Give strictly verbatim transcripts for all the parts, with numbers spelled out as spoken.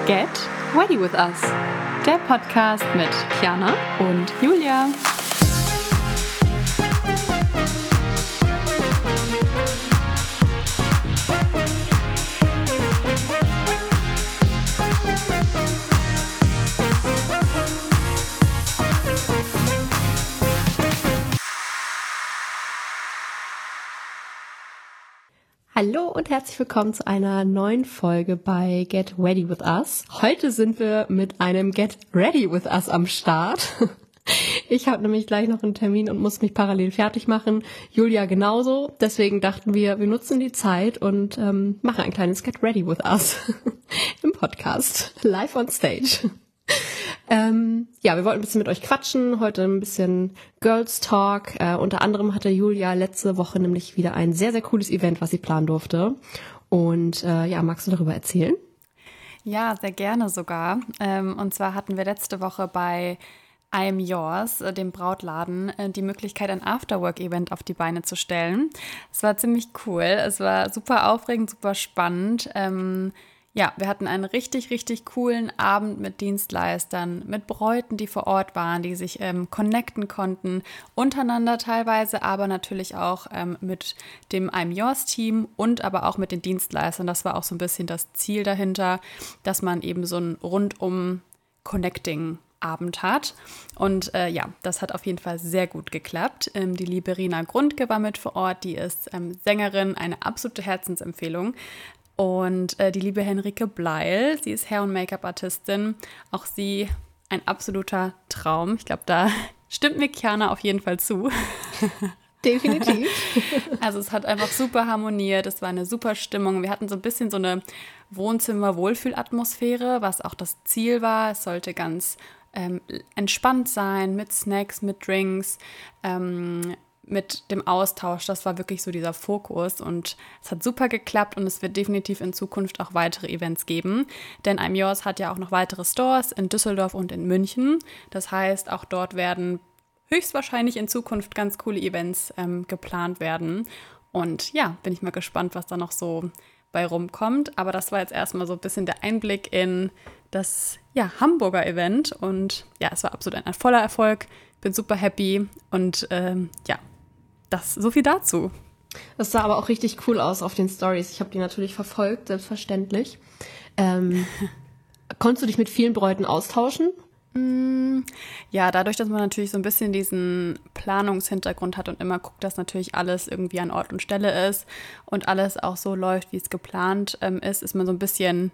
Get Ready With Us, der Podcast mit Kiana und Julia. Hallo und herzlich willkommen zu einer neuen Folge bei Get Ready With Us. Heute sind wir mit einem Get Ready With Us am Start. Ich habe nämlich gleich noch einen Termin und muss mich parallel fertig machen. Julia genauso. Deswegen dachten wir, wir nutzen die Zeit und ähm, machen ein kleines Get Ready With Us im Podcast, live on stage. Ähm, ja, wir wollten ein bisschen mit euch quatschen, heute ein bisschen Girls Talk. Äh, unter anderem hatte Julia letzte Woche nämlich wieder ein sehr, sehr cooles Event, was sie planen durfte. Und äh, ja, magst du darüber erzählen? Ja, sehr gerne sogar. Ähm, und zwar hatten wir letzte Woche bei I Am Yours, äh, dem Brautladen, äh, die Möglichkeit, ein Afterwork-Event auf die Beine zu stellen. Es war ziemlich cool, es war super aufregend, super spannend. Ähm, Ja, wir hatten einen richtig, richtig coolen Abend mit Dienstleistern, mit Bräuten, die vor Ort waren, die sich ähm, connecten konnten, untereinander teilweise, aber natürlich auch ähm, mit dem I Am Yours Team und aber auch mit den Dienstleistern. Das war auch so ein bisschen das Ziel dahinter, dass man eben so ein rundum Connecting Abend hat. Und äh, ja, das hat auf jeden Fall sehr gut geklappt. Ähm, die liebe Rina Grundke war mit vor Ort, die ist ähm, Sängerin, eine absolute Herzensempfehlung. Und äh, die liebe Henrike Bleil, sie ist Hair- und Make-up-Artistin. Auch sie ein absoluter Traum. Ich glaube, da stimmt mir Kiana auf jeden Fall zu. Definitiv. Also es hat einfach super harmoniert, es war eine super Stimmung. Wir hatten so ein bisschen so eine Wohnzimmer-Wohlfühlatmosphäre, was auch das Ziel war. Es sollte ganz ähm, entspannt sein, mit Snacks, mit Drinks, ähm, mit dem Austausch. Das war wirklich so dieser Fokus und es hat super geklappt und es wird definitiv in Zukunft auch weitere Events geben, denn I Am Yours hat ja auch noch weitere Stores in Düsseldorf und in München. Das heißt, auch dort werden höchstwahrscheinlich in Zukunft ganz coole Events ähm, geplant werden und ja, bin ich mal gespannt, was da noch so bei rumkommt, aber das war jetzt erstmal so ein bisschen der Einblick in das ja, Hamburger Event und ja, es war absolut ein voller Erfolg, bin super happy und ähm, ja, das so viel dazu. Das sah aber auch richtig cool aus auf den Stories. Ich habe die natürlich verfolgt, selbstverständlich. Ähm, konntest du dich mit vielen Bräuten austauschen? Ja, dadurch, dass man natürlich so ein bisschen diesen Planungshintergrund hat und immer guckt, dass natürlich alles irgendwie an Ort und Stelle ist und alles auch so läuft, wie es geplant ähm, ist, ist man so ein bisschen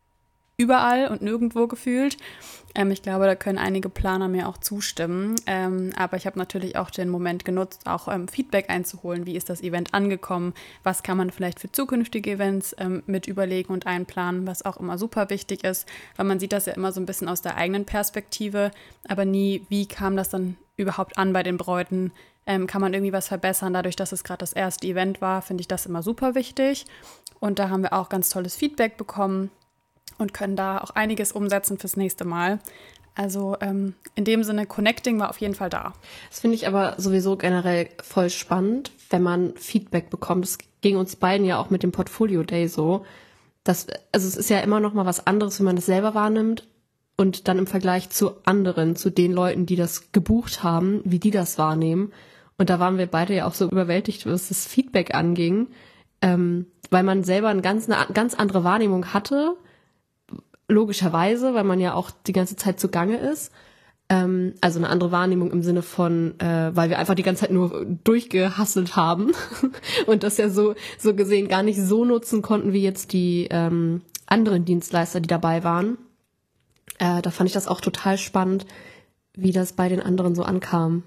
überall und nirgendwo gefühlt. Ähm, ich glaube, da können einige Planer mir auch zustimmen. Ähm, aber ich habe natürlich auch den Moment genutzt, auch ähm, Feedback einzuholen. Wie ist das Event angekommen? Was kann man vielleicht für zukünftige Events ähm, mit überlegen und einplanen, was auch immer super wichtig ist, weil man sieht das ja immer so ein bisschen aus der eigenen Perspektive, aber nie, wie kam das dann überhaupt an bei den Bräuten? Ähm, kann man irgendwie was verbessern? Dadurch, dass es gerade das erste Event war, finde ich das immer super wichtig. Und da haben wir auch ganz tolles Feedback bekommen und können da auch einiges umsetzen fürs nächste Mal. Also ähm, in dem Sinne, Connecting war auf jeden Fall da. Das finde ich aber sowieso generell voll spannend, wenn man Feedback bekommt. Das ging uns beiden ja auch mit dem Portfolio Day so. Dass, also es ist ja immer noch mal was anderes, wenn man das selber wahrnimmt und dann im Vergleich zu anderen, zu den Leuten, die das gebucht haben, wie die das wahrnehmen. Und da waren wir beide ja auch so überwältigt, was das Feedback anging, ähm, weil man selber eine ganz, eine ganz andere Wahrnehmung hatte, logischerweise, weil man ja auch die ganze Zeit zugange ist. Ähm, also eine andere Wahrnehmung im Sinne von, äh, weil wir einfach die ganze Zeit nur durchgehasselt haben und das ja so so gesehen gar nicht so nutzen konnten wie jetzt die ähm, anderen Dienstleister, die dabei waren. Äh, da fand ich das auch total spannend, wie das bei den anderen so ankam.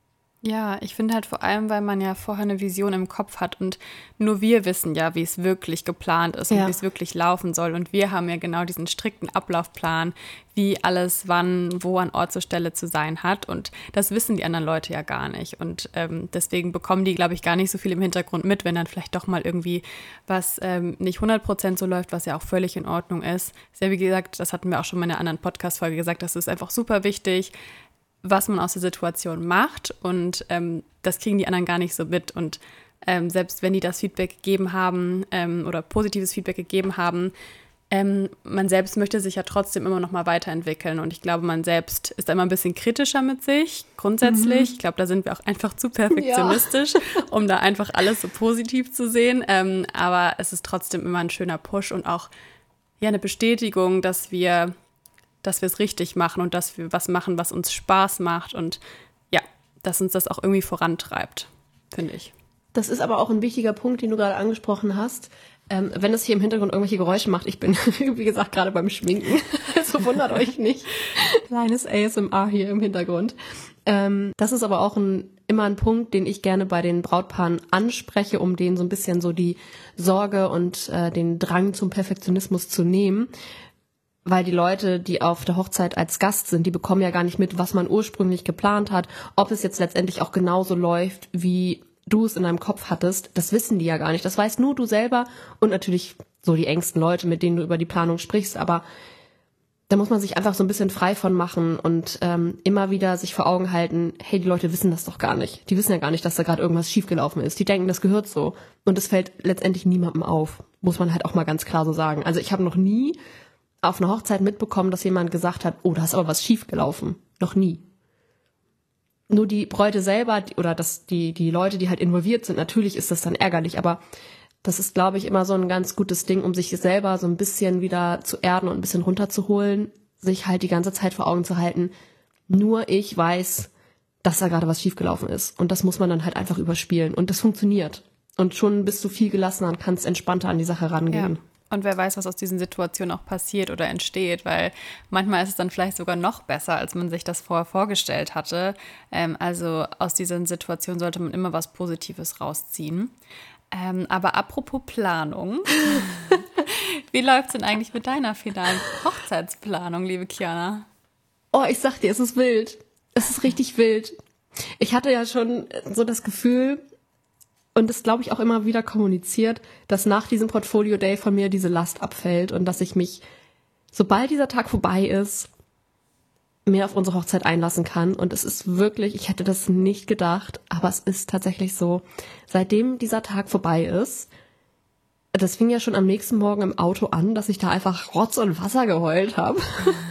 Ja, ich finde halt vor allem, weil man ja vorher eine Vision im Kopf hat und nur wir wissen ja, wie es wirklich geplant ist und Ja. wie es wirklich laufen soll. Und wir haben ja genau diesen strikten Ablaufplan, wie alles wann, wo an Ort zur Stelle zu sein hat. Und das wissen die anderen Leute ja gar nicht. Und ähm, deswegen bekommen die, glaube ich, gar nicht so viel im Hintergrund mit, wenn dann vielleicht doch mal irgendwie was ähm, nicht hundert Prozent so läuft, was ja auch völlig in Ordnung ist. Ist ja, wie gesagt, das hatten wir auch schon mal in einer anderen Podcast-Folge gesagt, das ist einfach super wichtig, was man aus der Situation macht und ähm, das kriegen die anderen gar nicht so mit und ähm, selbst wenn die das Feedback gegeben haben ähm, oder positives Feedback gegeben haben, ähm, man selbst möchte sich ja trotzdem immer noch mal weiterentwickeln. Und ich glaube, man selbst ist da immer ein bisschen kritischer mit sich, grundsätzlich. Mhm. Ich glaube, da sind wir auch einfach zu perfektionistisch, ja. um da einfach alles so positiv zu sehen. Ähm, aber es ist trotzdem immer ein schöner Push und auch ja, eine Bestätigung, dass wir dass wir es richtig machen und dass wir was machen, was uns Spaß macht und ja, dass uns das auch irgendwie vorantreibt, finde ich. Das ist aber auch ein wichtiger Punkt, den du gerade angesprochen hast. Ähm, wenn es hier im Hintergrund irgendwelche Geräusche macht, ich bin, wie gesagt, gerade beim Schminken, also wundert euch nicht. Kleines A S M R hier im Hintergrund. Ähm, das ist aber auch ein, immer ein Punkt, den ich gerne bei den Brautpaaren anspreche, um denen so ein bisschen so die Sorge und äh, den Drang zum Perfektionismus zu nehmen. Weil die Leute, die auf der Hochzeit als Gast sind, die bekommen ja gar nicht mit, was man ursprünglich geplant hat, ob es jetzt letztendlich auch genauso läuft, wie du es in deinem Kopf hattest. Das wissen die ja gar nicht. Das weißt nur du selber und natürlich so die engsten Leute, mit denen du über die Planung sprichst. Aber da muss man sich einfach so ein bisschen frei von machen und ähm, immer wieder sich vor Augen halten, hey, die Leute wissen das doch gar nicht. Die wissen ja gar nicht, dass da gerade irgendwas schiefgelaufen ist. Die denken, das gehört so. Und es fällt letztendlich niemandem auf. Muss man halt auch mal ganz klar so sagen. Also ich habe noch nie auf einer Hochzeit mitbekommen, dass jemand gesagt hat, oh, da ist aber was schiefgelaufen. Noch nie. Nur die Bräute selber oder das, die, die Leute, die halt involviert sind, natürlich ist das dann ärgerlich, aber das ist, glaube ich, immer so ein ganz gutes Ding, um sich selber so ein bisschen wieder zu erden und ein bisschen runterzuholen, sich halt die ganze Zeit vor Augen zu halten, nur ich weiß, dass da gerade was schiefgelaufen ist. Und das muss man dann halt einfach überspielen. Und das funktioniert. Und schon bist du viel gelassener und kannst entspannter an die Sache rangehen. Ja. Und wer weiß, was aus diesen Situationen auch passiert oder entsteht, weil manchmal ist es dann vielleicht sogar noch besser, als man sich das vorher vorgestellt hatte. Ähm, also aus diesen Situationen sollte man immer was Positives rausziehen. Ähm, aber apropos Planung, wie läuft es denn eigentlich mit deiner finalen Hochzeitsplanung, liebe Kiana? Oh, ich sag dir, es ist wild. Es ist richtig wild. Ich hatte ja schon so das Gefühl, und das, glaube ich, auch immer wieder kommuniziert, dass nach diesem Portfolio Day von mir diese Last abfällt und dass ich mich, sobald dieser Tag vorbei ist, mehr auf unsere Hochzeit einlassen kann. Und es ist wirklich, ich hätte das nicht gedacht, aber es ist tatsächlich so, seitdem dieser Tag vorbei ist, das fing ja schon am nächsten Morgen im Auto an, dass ich da einfach Rotz und Wasser geheult habe.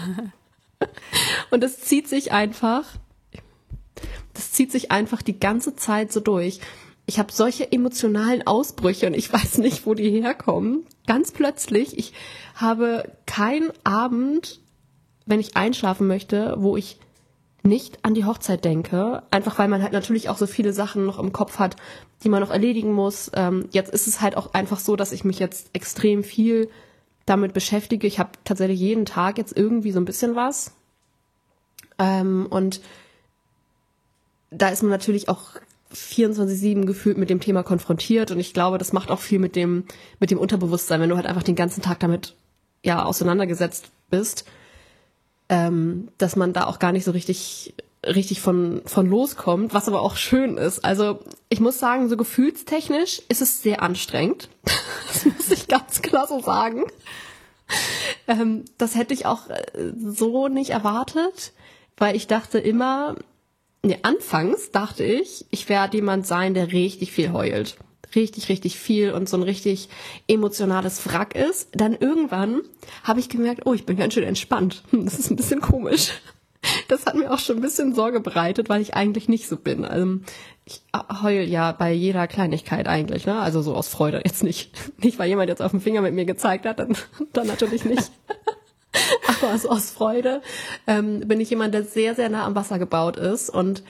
Und es zieht sich einfach, das zieht sich einfach die ganze Zeit so durch. Ich habe solche emotionalen Ausbrüche und ich weiß nicht, wo die herkommen. Ganz plötzlich, ich habe keinen Abend, wenn ich einschlafen möchte, wo ich nicht an die Hochzeit denke. Einfach weil man halt natürlich auch so viele Sachen noch im Kopf hat, die man noch erledigen muss. Ähm, jetzt ist es halt auch einfach so, dass ich mich jetzt extrem viel damit beschäftige. Ich habe tatsächlich jeden Tag jetzt irgendwie so ein bisschen was. Ähm, und da ist man natürlich auch vierundzwanzig sieben gefühlt mit dem Thema konfrontiert und ich glaube, das macht auch viel mit dem mit dem Unterbewusstsein, wenn du halt einfach den ganzen Tag damit ja auseinandergesetzt bist, ähm, dass man da auch gar nicht so richtig richtig von von loskommt, was aber auch schön ist. Also ich muss sagen, so gefühlstechnisch ist es sehr anstrengend. Das muss ich ganz klar so sagen. Ähm, das hätte ich auch so nicht erwartet, weil ich dachte immer, Nee, anfangs dachte ich, ich werde jemand sein, der richtig viel heult. Richtig, richtig viel und so ein richtig emotionales Wrack ist. Dann irgendwann habe ich gemerkt, oh, ich bin ganz schön entspannt. Das ist ein bisschen komisch. Das hat mir auch schon ein bisschen Sorge bereitet, weil ich eigentlich nicht so bin. Also ich heul ja bei jeder Kleinigkeit eigentlich, ne? Also so aus Freude jetzt nicht. Nicht, weil jemand jetzt auf den Finger mit mir gezeigt hat, dann, dann natürlich nicht. Aber also aus Freude ähm, bin ich jemand, der sehr, sehr nah am Wasser gebaut ist. Und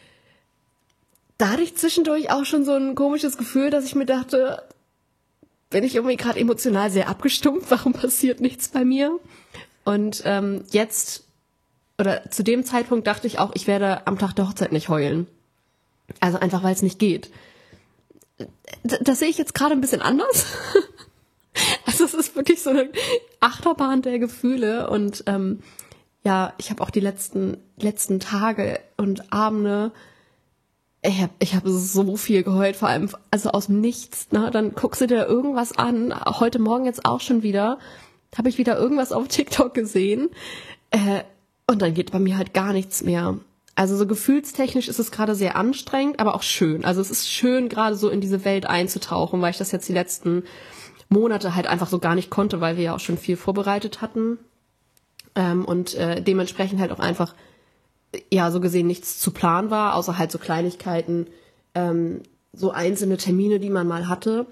da hatte ich zwischendurch auch schon so ein komisches Gefühl, dass ich mir dachte, bin ich irgendwie gerade emotional sehr abgestumpft, warum passiert nichts bei mir? Und ähm, jetzt, oder zu dem Zeitpunkt dachte ich auch, ich werde am Tag der Hochzeit nicht heulen. Also einfach, weil es nicht geht. Das, das sehe ich jetzt gerade ein bisschen anders. Also es ist wirklich so eine Achterbahn der Gefühle und ähm, ja, ich habe auch die letzten letzten Tage und Abende, ich habe ich hab so viel geheult, vor allem also aus dem Nichts. Ne? Dann guckst du dir irgendwas an, heute Morgen jetzt auch schon wieder, habe ich wieder irgendwas auf TikTok gesehen äh, und dann geht bei mir halt gar nichts mehr. Also so gefühlstechnisch ist es gerade sehr anstrengend, aber auch schön. Also es ist schön, gerade so in diese Welt einzutauchen, weil ich das jetzt die letzten Monate halt einfach so gar nicht konnte, weil wir ja auch schon viel vorbereitet hatten. Ähm, und äh, dementsprechend halt auch einfach, ja, so gesehen nichts zu planen war, außer halt so Kleinigkeiten, ähm, so einzelne Termine, die man mal hatte.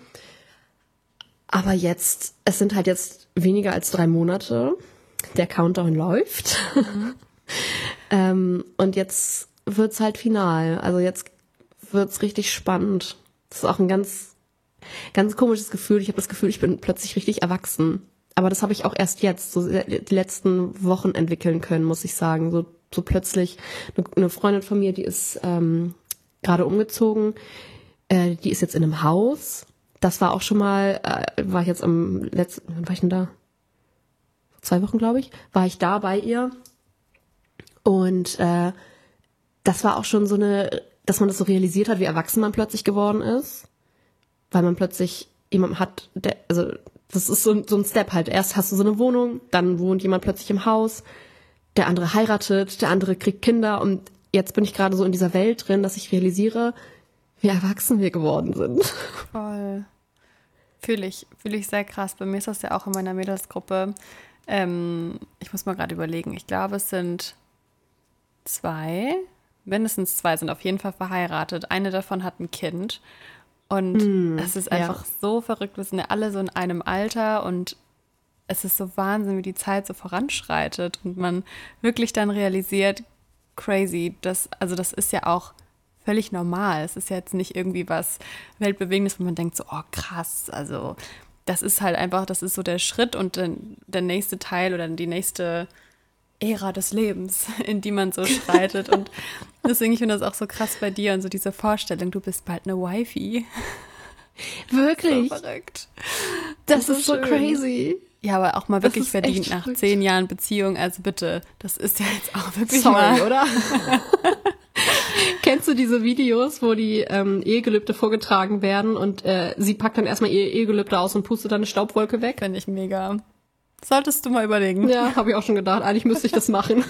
Aber jetzt, es sind halt jetzt weniger als drei Monate. Der Countdown läuft. Mhm. ähm, und jetzt wird's halt final. Also jetzt wird's richtig spannend. Das ist auch ein ganz, ganz komisches Gefühl. Ich habe das Gefühl, ich bin plötzlich richtig erwachsen. Aber das habe ich auch erst jetzt, so die letzten Wochen entwickeln können, muss ich sagen. So, so plötzlich, eine Freundin von mir, die ist ähm, gerade umgezogen, äh, die ist jetzt in einem Haus. Das war auch schon mal, äh, war ich jetzt am letzten, wann war ich denn da? Vor zwei Wochen, glaube ich, war ich da bei ihr. Und äh, das war auch schon so eine, dass man das so realisiert hat, wie erwachsen man plötzlich geworden ist. Weil man plötzlich jemanden hat, der, also das ist so, so ein Step halt. Erst hast du so eine Wohnung, dann wohnt jemand plötzlich im Haus, der andere heiratet, der andere kriegt Kinder. Und jetzt bin ich gerade so in dieser Welt drin, dass ich realisiere, wie erwachsen wir geworden sind. Voll. Fühle ich, fühle ich sehr krass. Bei mir ist das ja auch in meiner Mädelsgruppe. Ähm, ich muss mal gerade überlegen. Ich glaube, es sind zwei, mindestens zwei sind auf jeden Fall verheiratet. Eine davon hat ein Kind. Und mm, es ist einfach ja. so verrückt. Wir sind ja alle so in einem Alter und es ist so Wahnsinn, wie die Zeit so voranschreitet und man wirklich dann realisiert, crazy, das, also das ist ja auch völlig normal. Es ist ja jetzt nicht irgendwie was Weltbewegendes, wo man denkt so, oh krass, also das ist halt einfach, das ist so der Schritt und der, der nächste Teil oder die nächste Ära des Lebens, in die man so schreitet. Und deswegen, ich finde das auch so krass bei dir und so diese Vorstellung, du bist bald eine Wifey. Wirklich? So verrückt. Das, das ist so schön. Crazy. Ja, aber auch mal wirklich verdient nach verrückt. zehn Jahren Beziehung. Also bitte, das ist ja jetzt auch wirklich Sorry, mal. Oder? Kennst du diese Videos, wo die ähm, Ehegelübde vorgetragen werden und äh, sie packt dann erstmal ihr Ehegelübde aus und pustet dann eine Staubwolke weg? Finde ich mega. Solltest du mal überlegen. Ja, habe ich auch schon gedacht. Eigentlich müsste ich das machen.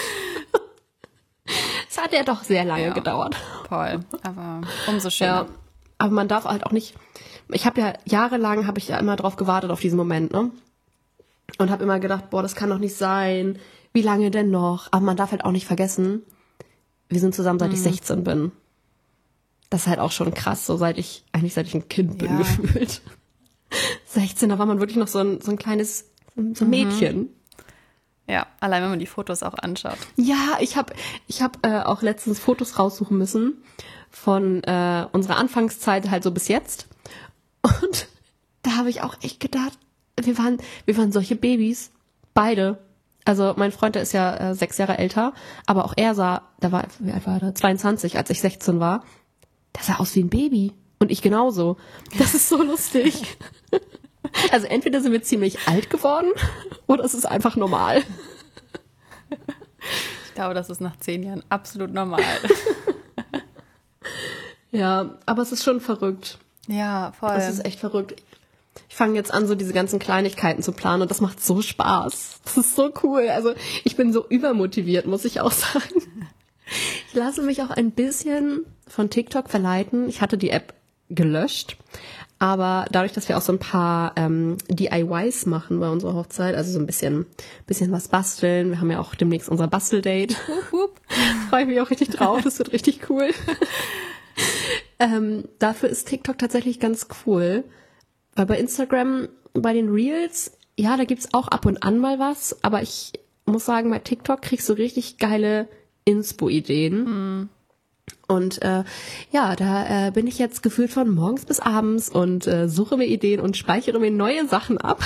Es hat ja doch sehr lange ja, gedauert. Voll, aber umso schöner. Ja, aber man darf halt auch nicht, ich habe ja jahrelang, habe ich ja immer drauf gewartet auf diesen Moment, ne? Und habe immer gedacht, boah, das kann doch nicht sein. Wie lange denn noch? Aber man darf halt auch nicht vergessen, wir sind zusammen, seit mhm. ich sechzehn bin. Das ist halt auch schon krass, so seit ich, eigentlich seit ich ein Kind bin, ja. gefühlt. sechzehn, da war man wirklich noch so ein, so ein kleines, so ein Mädchen. Mhm. Ja, allein wenn man die Fotos auch anschaut. Ja, ich habe ich hab, äh, auch letztens Fotos raussuchen müssen von äh, unserer Anfangszeit halt so bis jetzt. Und da habe ich auch echt gedacht, wir waren, wir waren solche Babys, beide. Also mein Freund, der ist ja äh, sechs Jahre älter, aber auch er sah, da war, wie alt war er, zweiundzwanzig, als ich sechzehn war, der sah aus wie ein Baby. Und ich genauso. Das ist so lustig. Also entweder sind wir ziemlich alt geworden oder es ist einfach normal. Ich glaube, das ist nach zehn Jahren absolut normal. Ja, aber es ist schon verrückt. Ja, voll. Es ist echt verrückt. Ich fange jetzt an, so diese ganzen Kleinigkeiten zu planen und das macht so Spaß. Das ist so cool. Also ich bin so übermotiviert, muss ich auch sagen. Ich lasse mich auch ein bisschen von TikTok verleiten. Ich hatte die App gelöscht, aber dadurch, dass wir auch so ein paar ähm, D I Ys machen bei unserer Hochzeit, also so ein bisschen bisschen was basteln. Wir haben ja auch demnächst unser Basteldate. Freue ich mich auch richtig drauf. Das wird richtig cool. ähm, dafür ist TikTok tatsächlich ganz cool. Weil bei Instagram, bei den Reels, ja, da gibt's auch ab und an mal was, aber ich muss sagen, bei TikTok kriegst du richtig geile Inspo-Ideen. Mm. Und äh, ja, da äh, bin ich jetzt gefühlt von morgens bis abends und äh, suche mir Ideen und speichere mir neue Sachen ab.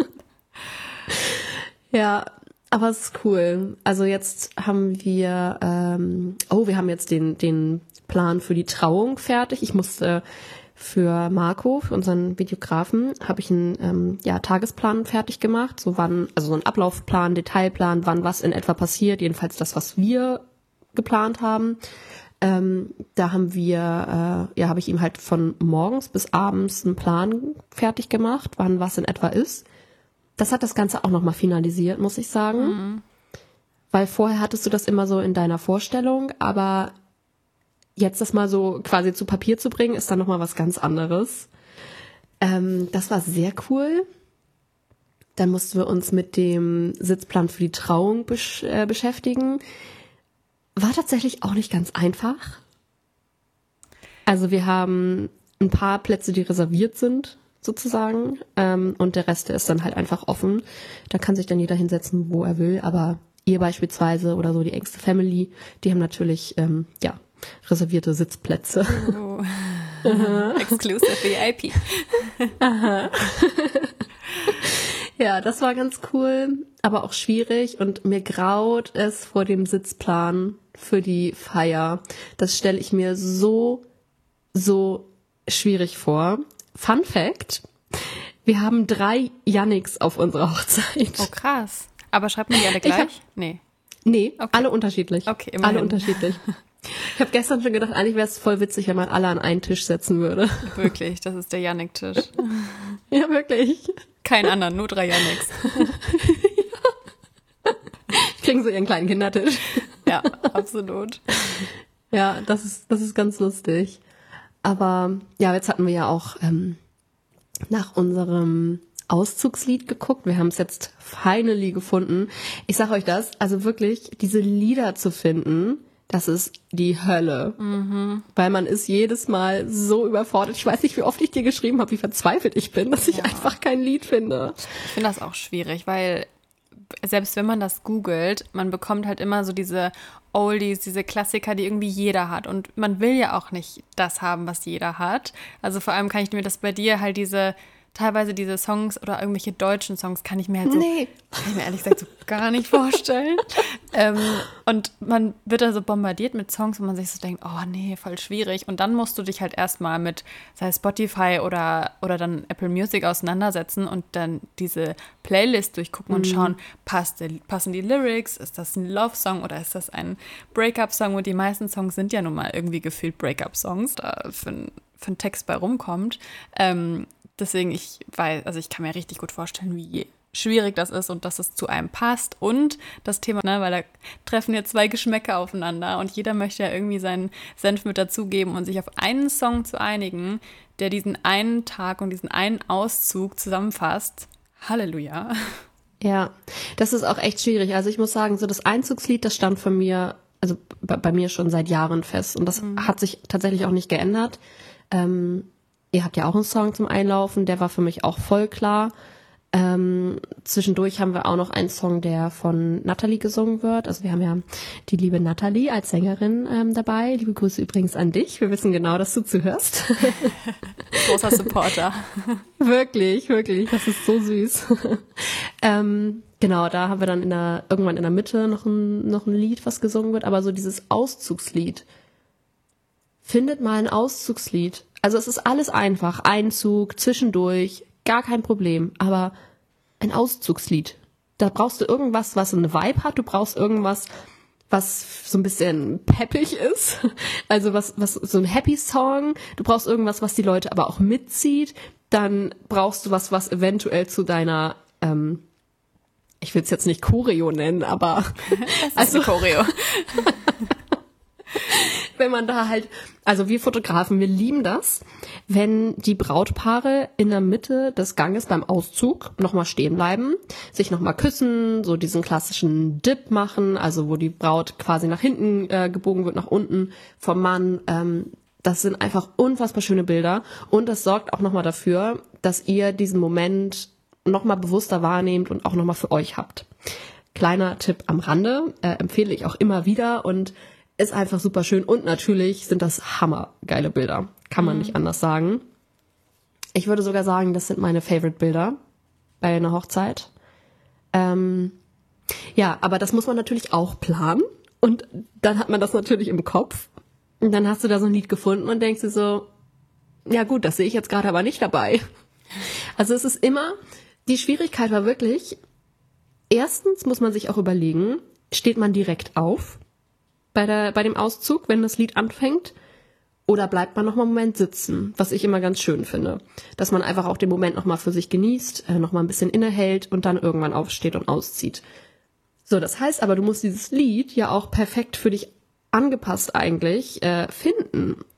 Ja, aber es ist cool. Also jetzt haben wir, ähm, oh, wir haben jetzt den, den Plan für die Trauung fertig. Ich musste für Marco, für unseren Videografen, habe ich einen ähm, ja, Tagesplan fertig gemacht. So wann, also so einen Ablaufplan, Detailplan, wann was in etwa passiert. Jedenfalls das, was wir geplant haben. Ähm, da haben wir, äh, ja, habe ich ihm halt von morgens bis abends einen Plan fertig gemacht, wann was in etwa ist. Das hat das Ganze auch nochmal finalisiert, muss ich sagen. Mhm. Weil vorher hattest du das immer so in deiner Vorstellung, aber jetzt das mal so quasi zu Papier zu bringen, ist dann nochmal was ganz anderes. Ähm, das war sehr cool. Dann mussten wir uns mit dem Sitzplan für die Trauung besch- äh, beschäftigen. War tatsächlich auch nicht ganz einfach. Also wir haben ein paar Plätze, die reserviert sind, sozusagen. Ähm, und der Rest, der ist dann halt einfach offen. Da kann sich dann jeder hinsetzen, wo er will. Aber ihr beispielsweise oder so die engste Family, die haben natürlich, ähm, ja, reservierte Sitzplätze. Oh. Exclusive V I P. Aha. Ja, das war ganz cool, aber auch schwierig und mir graut es vor dem Sitzplan für die Feier. Das stelle ich mir so, so schwierig vor. Fun Fact, wir haben drei Yannicks auf unserer Hochzeit. Oh, krass. Aber schreibt man die alle gleich? Hab, nee. Nee, okay. alle unterschiedlich. Okay, immerhin. Alle unterschiedlich. Ich habe gestern schon gedacht, eigentlich wäre es voll witzig, wenn man alle an einen Tisch setzen würde. Wirklich, das ist der Yannick-Tisch. Ja, wirklich. Kein anderer, nur drei Yannicks. Kriegen so ihren kleinen Kindertisch. Ja, absolut. Ja, das ist, das ist ganz lustig. Aber ja, jetzt hatten wir ja auch ähm, nach unserem Auszugslied geguckt. Wir haben es jetzt finally gefunden. Ich sag euch das, also wirklich, diese Lieder zu finden, das ist die Hölle. Mhm. Weil man ist jedes Mal so überfordert. Ich weiß nicht, wie oft ich dir geschrieben habe, wie verzweifelt ich bin, dass ich ja. einfach kein Lied finde. Ich finde das auch schwierig, weil selbst wenn man das googelt, man bekommt halt immer so diese Oldies, diese Klassiker, die irgendwie jeder hat. Und man will ja auch nicht das haben, was jeder hat. Also vor allem kann ich mir das bei dir halt diese teilweise diese Songs oder irgendwelche deutschen Songs kann ich mir halt so, nee. kann ich mir ehrlich gesagt so gar nicht vorstellen. ähm, und man wird da so bombardiert mit Songs, wo man sich so denkt, oh nee, voll schwierig. Und dann musst du dich halt erstmal mit, sei es Spotify oder, oder dann Apple Music auseinandersetzen und dann diese Playlist durchgucken mhm. und schauen, passt, passen die Lyrics, ist das ein Love-Song oder ist das ein Breakup-Song? Und die meisten Songs sind ja nun mal irgendwie gefühlt Breakup-Songs, da für, für einen Text bei rumkommt. Ähm, Deswegen, ich weiß, also ich kann mir richtig gut vorstellen, wie schwierig das ist und dass es zu einem passt. Und das Thema, ne, weil da treffen ja zwei Geschmäcker aufeinander und jeder möchte ja irgendwie seinen Senf mit dazugeben und sich auf einen Song zu einigen, der diesen einen Tag und diesen einen Auszug zusammenfasst. Halleluja. Ja, das ist auch echt schwierig. Also ich muss sagen, so das Einzugslied, das stand von mir, also bei, bei mir schon seit Jahren fest und das mhm. hat sich tatsächlich auch nicht geändert. Ähm, Ihr habt ja auch einen Song zum Einlaufen, der war für mich auch voll klar. Ähm, zwischendurch haben wir auch noch einen Song, der von Natalie gesungen wird. Also wir haben ja die liebe Natalie als Sängerin ähm, dabei. Liebe Grüße übrigens an dich. Wir wissen genau, dass du zuhörst. Großer Supporter. Wirklich, wirklich. Das ist so süß. ähm, genau, da haben wir dann in der, irgendwann in der Mitte noch ein, noch ein Lied, was gesungen wird. Aber so dieses Auszugslied. Findet mal ein Auszugslied. Also es ist alles einfach. Einzug, zwischendurch, gar kein Problem. Aber ein Auszugslied. Da brauchst du irgendwas, was eine Vibe hat. Du brauchst irgendwas, was so ein bisschen peppig ist. Also was, was so ein Happy Song. Du brauchst irgendwas, was die Leute aber auch mitzieht. Dann brauchst du was, was eventuell zu deiner, ähm, ich will es jetzt nicht Choreo nennen, aber es ist also Choreo. Wenn man da halt, also wir Fotografen, wir lieben das, wenn die Brautpaare in der Mitte des Ganges beim Auszug nochmal stehen bleiben, sich nochmal küssen, so diesen klassischen Dip machen, also wo die Braut quasi nach hinten äh, gebogen wird, nach unten vom Mann. Ähm, das sind einfach unfassbar schöne Bilder und das sorgt auch nochmal dafür, dass ihr diesen Moment nochmal bewusster wahrnehmt und auch nochmal für euch habt. Kleiner Tipp am Rande, äh, empfehle ich auch immer wieder und ist einfach super schön und natürlich sind das hammergeile Bilder. Kann man mhm. nicht anders sagen. Ich würde sogar sagen, das sind meine Favorite-Bilder bei einer Hochzeit. Ähm, ja, aber das muss man natürlich auch planen und dann hat man das natürlich im Kopf und dann hast du da so ein Lied gefunden und denkst dir so, ja gut, das sehe ich jetzt gerade aber nicht dabei. Also es ist immer, die Schwierigkeit war wirklich, erstens muss man sich auch überlegen, steht man direkt auf bei der, bei dem Auszug, wenn das Lied anfängt, oder bleibt man noch mal einen Moment sitzen, was ich immer ganz schön finde, dass man einfach auch den Moment noch mal für sich genießt, äh, noch mal ein bisschen innehält und dann irgendwann aufsteht und auszieht. So, das heißt aber, du musst dieses Lied ja auch perfekt für dich angepasst eigentlich äh, finden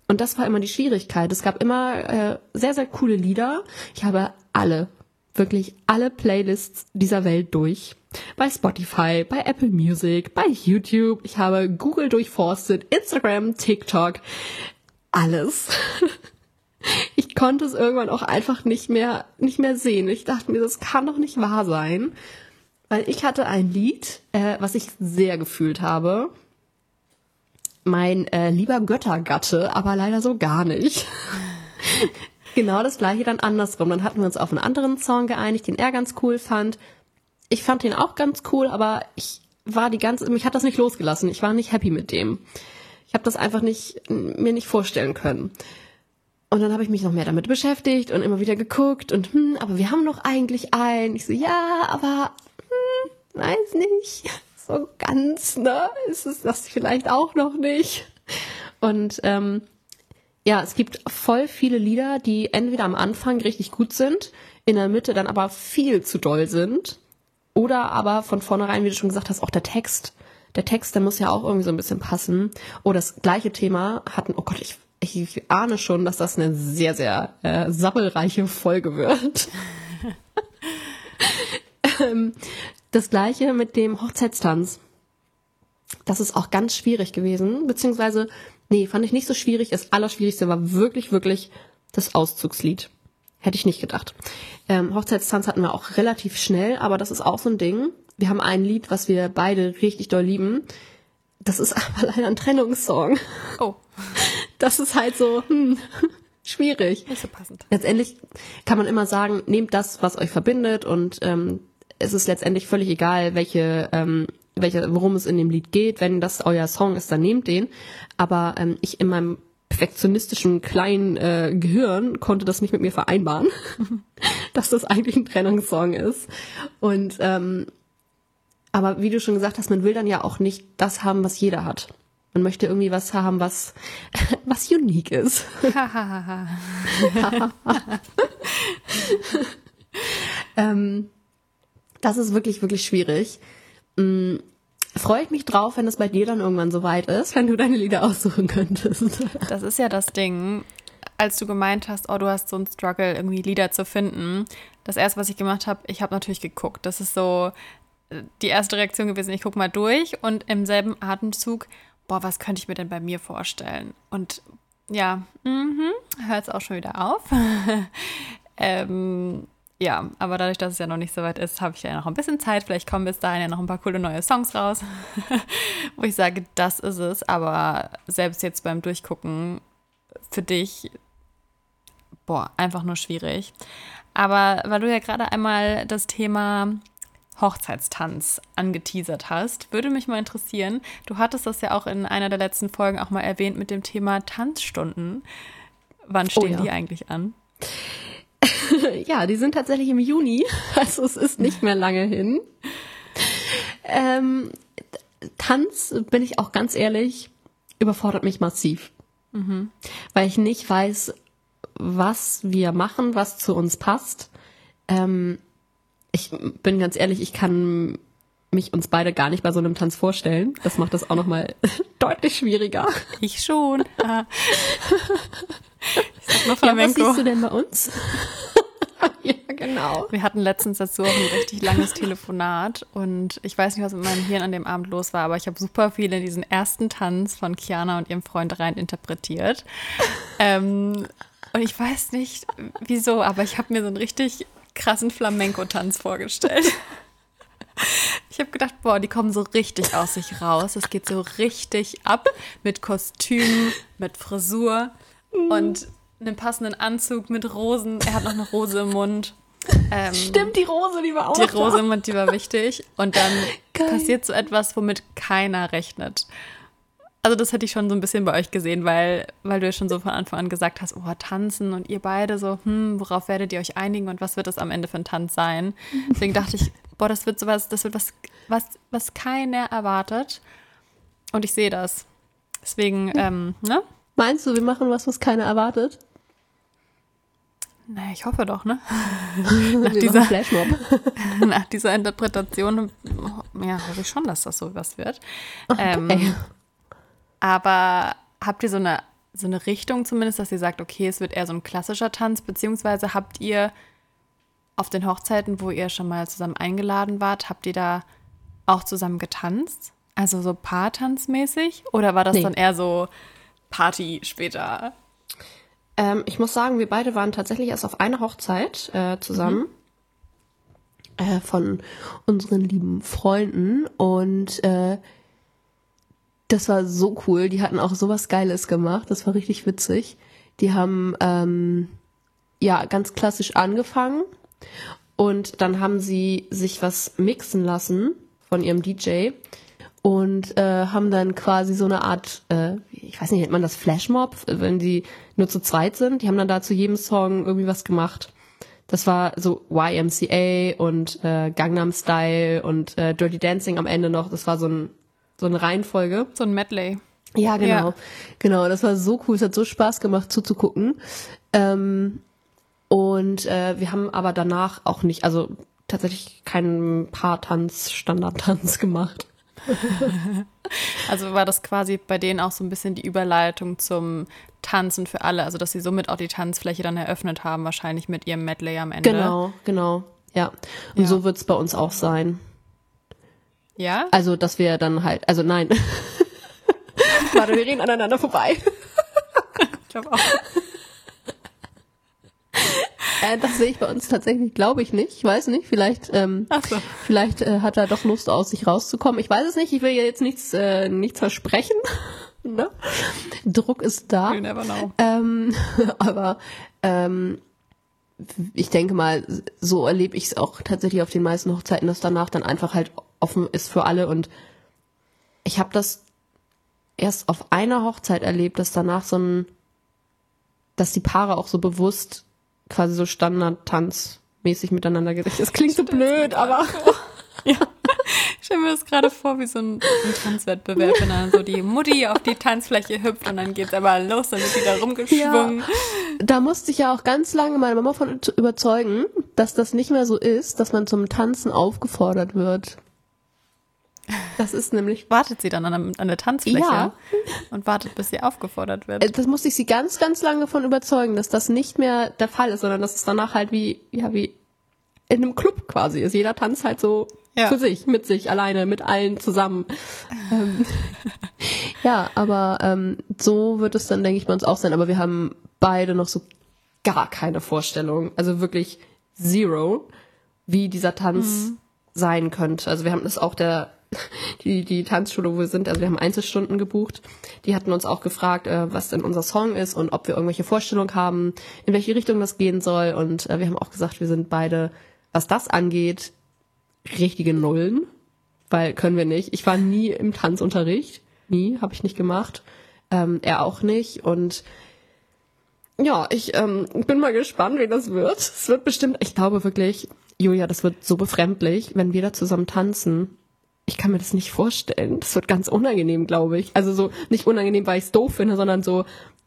Und das war immer die Schwierigkeit. Es gab immer äh, sehr, sehr coole Lieder. Ich habe alle, wirklich alle Playlists dieser Welt durch. Bei Spotify, bei Apple Music, bei YouTube. Ich habe Google durchforstet, Instagram, TikTok, alles. Ich konnte es irgendwann auch einfach nicht mehr, nicht mehr sehen. Ich dachte mir, das kann doch nicht wahr sein. Weil ich hatte ein Lied, äh, was ich sehr gefühlt habe. Mein äh, lieber Göttergatte, aber leider so gar nicht. Genau das gleiche dann andersrum. Dann hatten wir uns auf einen anderen Song geeinigt, den er ganz cool fand. Ich fand den auch ganz cool, aber ich war die ganze, mich hat das nicht losgelassen. Ich war nicht happy mit dem. Ich habe das einfach nicht, mir nicht vorstellen können. Und dann habe ich mich noch mehr damit beschäftigt und immer wieder geguckt und hm, aber wir haben noch eigentlich einen. Ich so, ja, aber hm, weiß nicht. So ganz, ne? Ist es das vielleicht auch noch nicht? Und ähm, ja, es gibt voll viele Lieder, die entweder am Anfang richtig gut sind, in der Mitte dann aber viel zu doll sind. Oder aber von vornherein, wie du schon gesagt hast, auch der Text. Der Text, der muss ja auch irgendwie so ein bisschen passen. Oh, das gleiche Thema hatten, oh Gott, ich Ich ahne schon, dass das eine sehr, sehr äh, sabbelreiche Folge wird. ähm, das Gleiche mit dem Hochzeitstanz. Das ist auch ganz schwierig gewesen. Beziehungsweise, nee, fand ich nicht so schwierig. Das Allerschwierigste war wirklich, wirklich das Auszugslied. Hätte ich nicht gedacht. Ähm, Hochzeitstanz hatten wir auch relativ schnell, aber das ist auch so ein Ding. Wir haben ein Lied, was wir beide richtig doll lieben. Das ist aber leider ein Trennungssong. Oh. Das ist halt so, hm, schwierig. Nicht so passend. Letztendlich kann man immer sagen, nehmt das, was euch verbindet und ähm, es ist letztendlich völlig egal, welche, ähm, welche, worum es in dem Lied geht. Wenn das euer Song ist, dann nehmt den. Aber ähm, ich in meinem perfektionistischen kleinen äh, Gehirn konnte das nicht mit mir vereinbaren, dass das eigentlich ein Trennungssong ist. Und ähm, aber wie du schon gesagt hast, man will dann ja auch nicht das haben, was jeder hat. Man möchte irgendwie was haben, was, was unique ist. ähm, das ist wirklich, wirklich schwierig. Ähm, freue ich mich drauf, wenn es bei dir dann irgendwann soweit ist, wenn du deine Lieder aussuchen könntest. Das ist ja das Ding, als du gemeint hast, oh, du hast so einen Struggle, irgendwie Lieder zu finden. Das erste, was ich gemacht habe, ich habe natürlich geguckt. Das ist so die erste Reaktion gewesen, ich gucke mal durch und im selben Atemzug, boah, was könnte ich mir denn bei mir vorstellen? Und ja, mhm, hört es auch schon wieder auf. ähm, ja, aber dadurch, dass es ja noch nicht so weit ist, habe ich ja noch ein bisschen Zeit. Vielleicht kommen bis dahin ja noch ein paar coole neue Songs raus, wo ich sage, das ist es. Aber selbst jetzt beim Durchgucken für dich, boah, einfach nur schwierig. Aber weil du ja gerade einmal das Thema Hochzeitstanz angeteasert hast, würde mich mal interessieren, du hattest das ja auch in einer der letzten Folgen auch mal erwähnt mit dem Thema Tanzstunden. Wann stehen oh ja. die eigentlich an? Ja, die sind tatsächlich im Juni, also es ist nicht mehr lange hin. Ähm, Tanz, bin ich auch ganz ehrlich, überfordert mich massiv, mhm. weil ich nicht weiß, was wir machen, was zu uns passt. Ähm, Ich bin ganz ehrlich, ich kann mich uns beide gar nicht bei so einem Tanz vorstellen. Das macht das auch nochmal deutlich schwieriger. Ich schon. Ich sag nur Flamenco. Ja, was siehst du denn bei uns? Ja, genau. Wir hatten letztens dazu auch ein richtig langes Telefonat und ich weiß nicht, was mit meinem Hirn an dem Abend los war, aber ich habe super viel in diesen ersten Tanz von Kiana und ihrem Freund rein interpretiert. ähm, und ich weiß nicht, wieso, aber ich habe mir so einen richtig krassen Flamenco-Tanz vorgestellt. Ich habe gedacht, boah, die kommen so richtig aus sich raus. Es geht so richtig ab mit Kostüm, mit Frisur und einem passenden Anzug mit Rosen. Er hat noch eine Rose im Mund. Ähm, Stimmt, die Rose, die war auch Die Rose da. im Mund, die war wichtig. Und dann Geil. passiert so etwas, womit keiner rechnet. Also das hätte ich schon so ein bisschen bei euch gesehen, weil, weil du ja schon so von Anfang an gesagt hast, oh, tanzen und ihr beide so, hm, worauf werdet ihr euch einigen und was wird das am Ende für ein Tanz sein? Deswegen dachte ich, boah, das wird sowas, das wird was, was, was keiner erwartet. Und ich sehe das. Deswegen, ähm, ne? Meinst du, wir machen was, was keiner erwartet? Naja, ich hoffe doch, ne? Nach dieser Flashmob. Nach dieser Interpretation, ja, hoffe ich schon, dass das so was wird. Okay. Ähm, aber habt ihr so eine, so eine Richtung zumindest, dass ihr sagt, okay, es wird eher so ein klassischer Tanz, beziehungsweise habt ihr auf den Hochzeiten, wo ihr schon mal zusammen eingeladen wart, habt ihr da auch zusammen getanzt? Also so paartanzmäßig? Oder war das Nee. dann eher so Party später? Ähm, ich muss sagen, wir beide waren tatsächlich erst auf einer Hochzeit äh, zusammen mhm. äh, von unseren lieben Freunden und äh, das war so cool. Die hatten auch sowas Geiles gemacht. Das war richtig witzig. Die haben ähm, ja ganz klassisch angefangen und dann haben sie sich was mixen lassen von ihrem D J und äh, haben dann quasi so eine Art, äh, ich weiß nicht, nennt man das Flashmob, wenn die nur zu zweit sind. Die haben dann da zu jedem Song irgendwie was gemacht. Das war so Y M C A und äh, Gangnam Style und äh, Dirty Dancing am Ende noch. Das war so ein so eine Reihenfolge. So ein Medley. Ja, genau. Ja. Genau, das war so cool. Es hat so Spaß gemacht zuzugucken. Ähm, und äh, wir haben aber danach auch nicht, also tatsächlich keinen Paartanz, Standardtanz gemacht. Also war das quasi bei denen auch so ein bisschen die Überleitung zum Tanzen für alle, also dass sie somit auch die Tanzfläche dann eröffnet haben, wahrscheinlich mit ihrem Medley am Ende. Genau, genau, ja. Und Ja. so wird's bei uns auch sein. Ja? Also, dass wir dann halt, also nein. Warte, wir reden aneinander vorbei. Ich glaube auch. Äh, das sehe ich bei uns tatsächlich, glaube ich nicht. Ich weiß nicht, vielleicht, ähm, Ach so. vielleicht äh, hat er doch Lust, aus sich rauszukommen. Ich weiß es nicht, ich will ja jetzt nichts, äh, nichts versprechen. Ne? Druck ist da. You never know. Ähm, aber ähm, ich denke mal, so erlebe ich es auch tatsächlich auf den meisten Hochzeiten, dass danach dann einfach halt offen ist für alle. Und ich habe das erst auf einer Hochzeit erlebt, dass danach so ein, dass die Paare auch so bewusst quasi so Standard-Tanzmäßig miteinander gerichtet. Das klingt so blöd, aber Ja. Ich stelle mir das gerade vor, wie so ein, ein Tanzwettbewerb, wenn dann so die Mutti auf die Tanzfläche hüpft und dann geht's aber los, dann wird die da rumgeschwungen. Ja, da musste ich ja auch ganz lange meine Mama von überzeugen, dass das nicht mehr so ist, dass man zum Tanzen aufgefordert wird. Das ist nämlich, Wartet sie dann an, an der Tanzfläche Ja. und wartet, bis sie aufgefordert wird. äh, das musste ich sie ganz, ganz lange davon überzeugen, dass das nicht mehr der Fall ist, sondern dass es danach halt wie, ja, wie in einem Club quasi ist. Jeder tanzt halt so Ja. für sich, mit sich, alleine, mit allen zusammen. ähm, ja, aber ähm, so wird es dann, denke ich, bei uns auch sein. Aber wir haben beide noch so gar keine Vorstellung, also wirklich zero, wie dieser Tanz Mhm. sein könnte. Also wir haben das auch der die die Tanzschule, wo wir sind, also wir haben Einzelstunden gebucht. Die hatten uns auch gefragt, äh, was denn unser Song ist und ob wir irgendwelche Vorstellungen haben, in welche Richtung das gehen soll. Und äh, wir haben auch gesagt, wir sind beide, was das angeht, richtige Nullen, weil können wir nicht. Ich war nie im Tanzunterricht, nie, habe ich nicht gemacht. Ähm, er auch nicht. Und ja, ich ähm, bin mal gespannt, wie das wird. Es wird bestimmt, ich glaube wirklich, Julia, das wird so befremdlich, wenn wir da zusammen tanzen. Ich kann mir das nicht vorstellen. Das wird ganz unangenehm, glaube ich. Also so, nicht unangenehm, weil ich es doof finde, sondern so,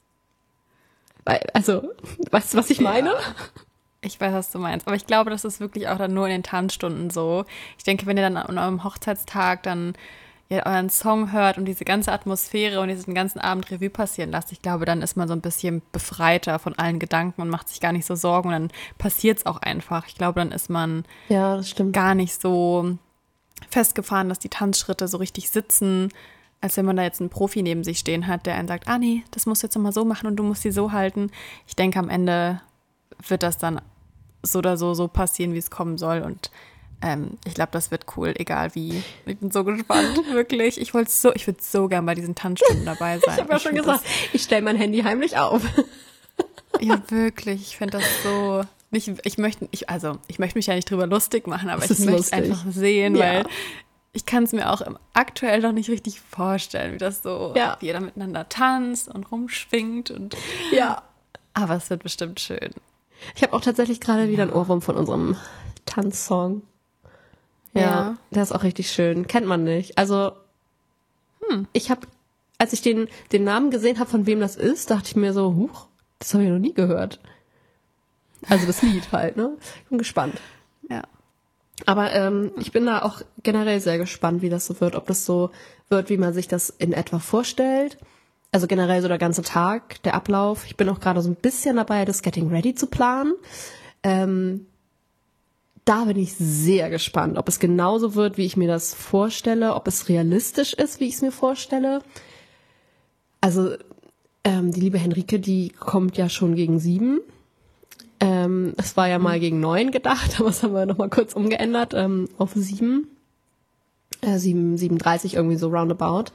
weil, also, weißt du, was ich meine? Ja. Ich weiß, was du meinst. Aber ich glaube, das ist wirklich auch dann nur in den Tanzstunden so. Ich denke, wenn ihr dann an eurem Hochzeitstag dann ja, euren Song hört und diese ganze Atmosphäre und diesen ganzen Abend Revue passieren lasst, ich glaube, dann ist man so ein bisschen befreiter von allen Gedanken und macht sich gar nicht so Sorgen und dann passiert es auch einfach. Ich glaube, dann ist man Ja, das stimmt. gar nicht so festgefahren, dass die Tanzschritte so richtig sitzen, als wenn man da jetzt einen Profi neben sich stehen hat, der einen sagt, ah nee, das musst du jetzt nochmal so machen und du musst sie so halten. Ich denke, am Ende wird das dann so oder so so passieren, wie es kommen soll und ähm, ich glaube, das wird cool, egal wie. Ich bin so gespannt, wirklich. Ich wollte so, ich würde so gern bei diesen Tanzstunden dabei sein. Ich habe ja schon gesagt, ich stelle mein Handy heimlich auf. Das, ja, wirklich. Ich finde das so. Nicht, ich möchte, ich, also ich möchte mich ja nicht drüber lustig machen, aber Es ich ist möchte es lustig. einfach sehen, Ja. weil ich kann es mir auch im, aktuell noch nicht richtig vorstellen, wie das so, Ja. wie jeder miteinander tanzt und rumschwingt und. Ja. Aber es wird bestimmt schön. Ich habe auch tatsächlich gerade wieder einen Ohrwurm von unserem Tanzsong. Ja, Ja. der ist auch richtig schön. Kennt man nicht. Also, Hm. ich habe, als ich den, den Namen gesehen habe, von wem das ist, dachte ich mir so, huch, das habe ich noch nie gehört. Also das Lied halt, ne? Ich bin gespannt. Ja. Aber ähm, ich bin da auch generell sehr gespannt, wie das so wird. Ob das so wird, wie man sich das in etwa vorstellt. also generell so der ganze Tag, der Ablauf. Ich bin auch gerade so ein bisschen dabei, das Getting Ready zu planen. Ähm, da bin ich sehr gespannt, ob es genauso wird, wie ich mir das vorstelle, ob es realistisch ist, wie ich es mir vorstelle. Also ähm, die liebe Henrike, die kommt ja schon gegen sieben. Ähm, es war ja mal gegen neun gedacht, aber das haben wir nochmal kurz umgeändert ähm, auf sieben. Äh, sieben, sieben Uhr dreißig irgendwie so roundabout.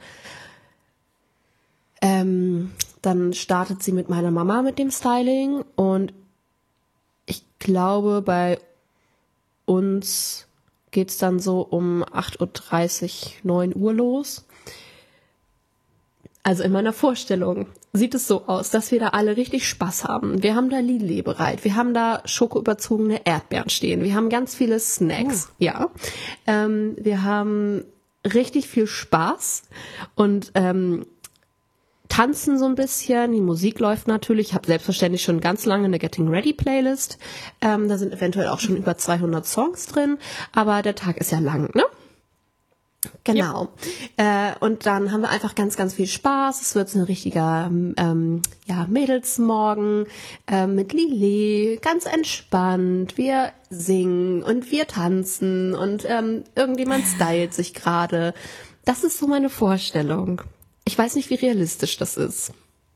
Ähm, dann startet sie mit meiner Mama mit dem Styling und ich glaube, bei uns geht's dann so um acht Uhr dreißig, neun Uhr los. Also in meiner Vorstellung sieht es so aus, dass wir da alle richtig Spaß haben. Wir haben da Lillet bereit, wir haben da schokoüberzogene Erdbeeren stehen, wir haben ganz viele Snacks, uh. ja. Ähm, wir haben richtig viel Spaß und ähm, tanzen so ein bisschen, die Musik läuft natürlich. Ich habe selbstverständlich schon ganz lange eine Getting Ready Playlist. Ähm, da sind eventuell auch schon über zweihundert Songs drin, aber der Tag ist ja lang, ne? Genau. Ja. Äh, und dann haben wir einfach ganz, ganz viel Spaß. Es wird so ein richtiger ähm, ja, Mädelsmorgen äh, mit Lillet, ganz entspannt. Wir singen und wir tanzen und ähm, irgendjemand stylt sich gerade. Das ist so meine Vorstellung. Ich weiß nicht, wie realistisch das ist.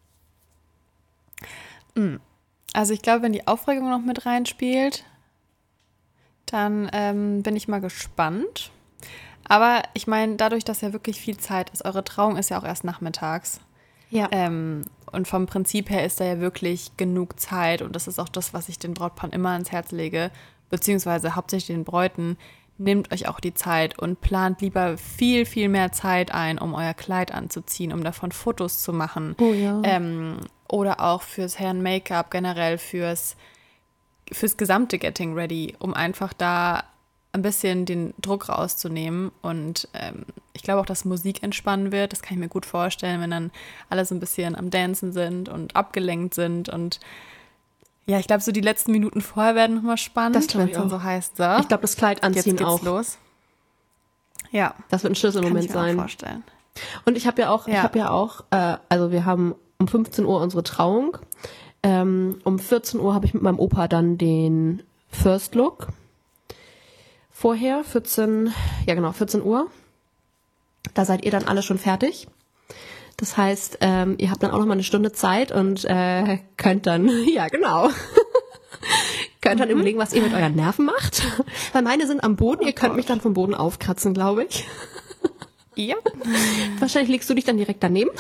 Also ich glaube, wenn die Aufregung noch mit reinspielt, dann ähm, bin ich mal gespannt. Aber ich meine, dadurch, dass ja wirklich viel Zeit ist, eure Trauung ist ja auch erst nachmittags. Ja. Ähm, und vom Prinzip her ist da ja wirklich genug Zeit. Und das ist auch das, was ich den Brautpaaren immer ans Herz lege, beziehungsweise hauptsächlich den Bräuten. Nehmt euch auch die Zeit und plant lieber viel, viel mehr Zeit ein, um euer Kleid anzuziehen, um davon Fotos zu machen. Oh ja. Ähm, oder auch fürs Herren-Make-up, generell fürs, fürs gesamte Getting Ready, um einfach da ein bisschen den Druck rauszunehmen. Und ähm, ich glaube auch, dass Musik entspannen wird. Das kann ich mir gut vorstellen, wenn dann alle so ein bisschen am Dancen sind und abgelenkt sind. Und ja, ich glaube, so die letzten Minuten vorher werden nochmal spannend, wenn es dann so heißt, so. Ich glaube, das Kleid anziehen jetzt geht's auch. Los. Ja. Das wird ein Schlüsselmoment kann ich mir sein. Auch vorstellen. Und ich habe ja auch, ja. ich habe ja auch, äh, also wir haben um fünfzehn Uhr unsere Trauung. Ähm, um vierzehn Uhr habe ich mit meinem Opa dann den First Look. Vorher, vierzehn, ja genau, vierzehn Uhr. Da seid ihr dann alle schon fertig. Das heißt, ähm, ihr habt dann auch noch mal eine Stunde Zeit und äh, könnt dann, ja genau, könnt dann mhm. überlegen, was ihr mit euren Nerven macht. Weil meine sind am Boden, oh ihr könnt Gott. mich dann vom Boden aufkratzen, glaube ich. Ja. Wahrscheinlich legst du dich dann direkt daneben.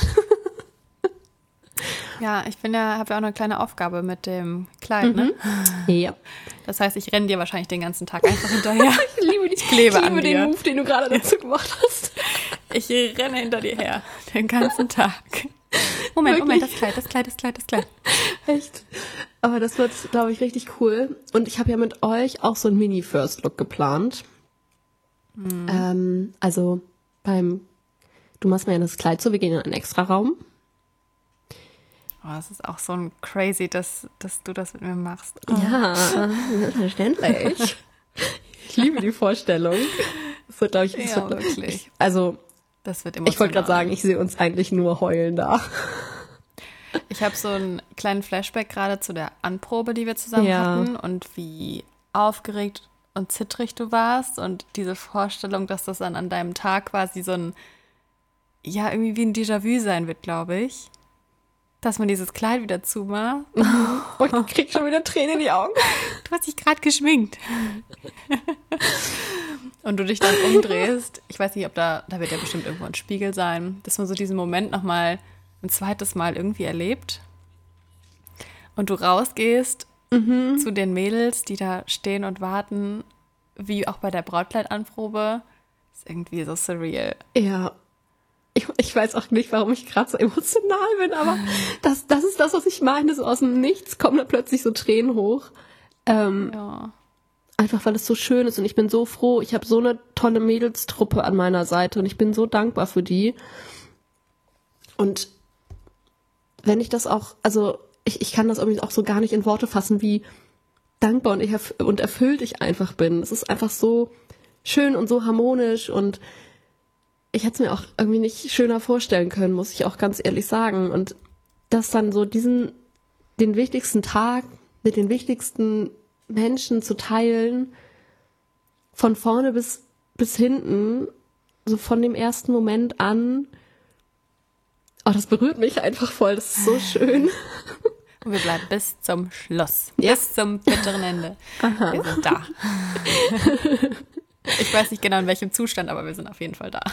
Ja, ich bin ja, habe ja auch eine kleine Aufgabe mit dem Kleid, mhm. ne? Ja. Das heißt, ich renne dir wahrscheinlich den ganzen Tag einfach hinterher. Ich liebe dich. Ich klebe ich liebe an den dir. Move, den du gerade dazu gemacht hast. Ich renne hinter dir her, den ganzen Tag. Moment, Wirklich? Moment, das Kleid, das Kleid, das Kleid, das Kleid. Echt? Aber das wird, glaube ich, richtig cool. Und ich habe ja mit euch auch so einen Mini-First-Look geplant. Mhm. Ähm, also beim, du machst mir ja das Kleid so, wir gehen in einen Extra-Raum. Oh, es ist auch so ein crazy, dass, dass du das mit mir machst. Oh. Ja, selbstverständlich. Ich liebe die Vorstellung. Das wird, glaube ich, das ja, wird, wirklich. Ich, also, das wird ich wollte gerade sagen, ich sehe uns eigentlich nur heulen da. Ich habe so einen kleinen Flashback gerade zu der Anprobe, die wir zusammen ja. hatten und wie aufgeregt und zittrig du warst und diese Vorstellung, dass das dann an deinem Tag quasi so ein, ja, irgendwie wie ein Déjà-vu sein wird, glaube ich. Dass man dieses Kleid wieder zumacht. Oh, ich krieg schon wieder Tränen in die Augen. Du hast dich gerade geschminkt. Und du dich dann umdrehst. Ich weiß nicht, ob da, da wird ja bestimmt irgendwo ein Spiegel sein, dass man so diesen Moment nochmal ein zweites Mal irgendwie erlebt. Und du rausgehst mhm. zu den Mädels, die da stehen und warten, wie auch bei der Brautkleidanprobe. Ist irgendwie so surreal. Ja. Ich, ich weiß auch nicht, warum ich gerade so emotional bin, aber das, das ist das, was ich meine. So aus dem Nichts kommen da plötzlich so Tränen hoch. Ähm, ja. Einfach, weil es so schön ist und ich bin so froh. Ich habe so eine tolle Mädelstruppe an meiner Seite und ich bin so dankbar für die. Und wenn ich das auch, also ich, ich kann das irgendwie auch so gar nicht in Worte fassen, wie dankbar und, ich erf- und erfüllt ich einfach bin. Es ist einfach so schön und so harmonisch und ich hätte es mir auch irgendwie nicht schöner vorstellen können, muss ich auch ganz ehrlich sagen. Und das dann so diesen, den wichtigsten Tag mit den wichtigsten Menschen zu teilen, von vorne bis, bis hinten, so von dem ersten Moment an. Oh, das berührt mich einfach voll, das ist so schön. Und wir bleiben bis zum Schluss, ja. bis zum bitteren Ende. Aha. Wir sind da. Ich weiß nicht genau in welchem Zustand, aber wir sind auf jeden Fall da.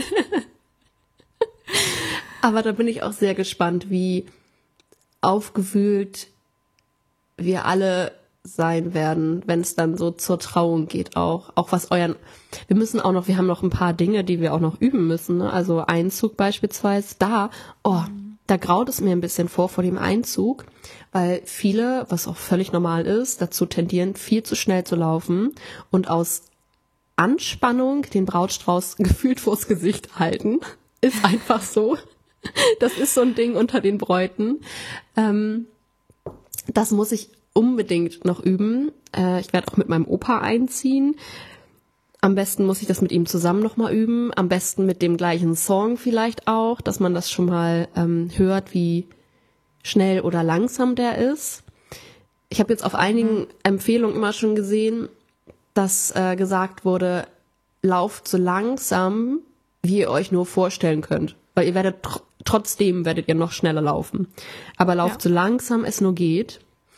Aber da bin ich auch sehr gespannt, wie aufgewühlt wir alle sein werden, wenn es dann so zur Trauung geht auch. Auch was euren, wir müssen auch noch, wir haben noch ein paar Dinge, die wir auch noch üben müssen. Ne? Also Einzug beispielsweise, da, oh, da graut es mir ein bisschen vor, vor dem Einzug, weil viele, was auch völlig normal ist, dazu tendieren, viel zu schnell zu laufen und aus Anspannung den Brautstrauß gefühlt vors Gesicht halten. Ist einfach so. Das ist so ein Ding unter den Bräuten. Ähm, das muss ich unbedingt noch üben. Äh, ich werde auch mit meinem Opa einziehen. Am besten muss ich das mit ihm zusammen nochmal üben. Am besten mit dem gleichen Song vielleicht auch, dass man das schon mal ähm, hört, wie schnell oder langsam der ist. Ich habe jetzt auf einigen Empfehlungen immer schon gesehen, dass äh, gesagt wurde, lauft so langsam, wie ihr euch nur vorstellen könnt. Weil ihr werdet, tr- trotzdem werdet ihr noch schneller laufen. Aber lauft ja. so langsam es nur geht.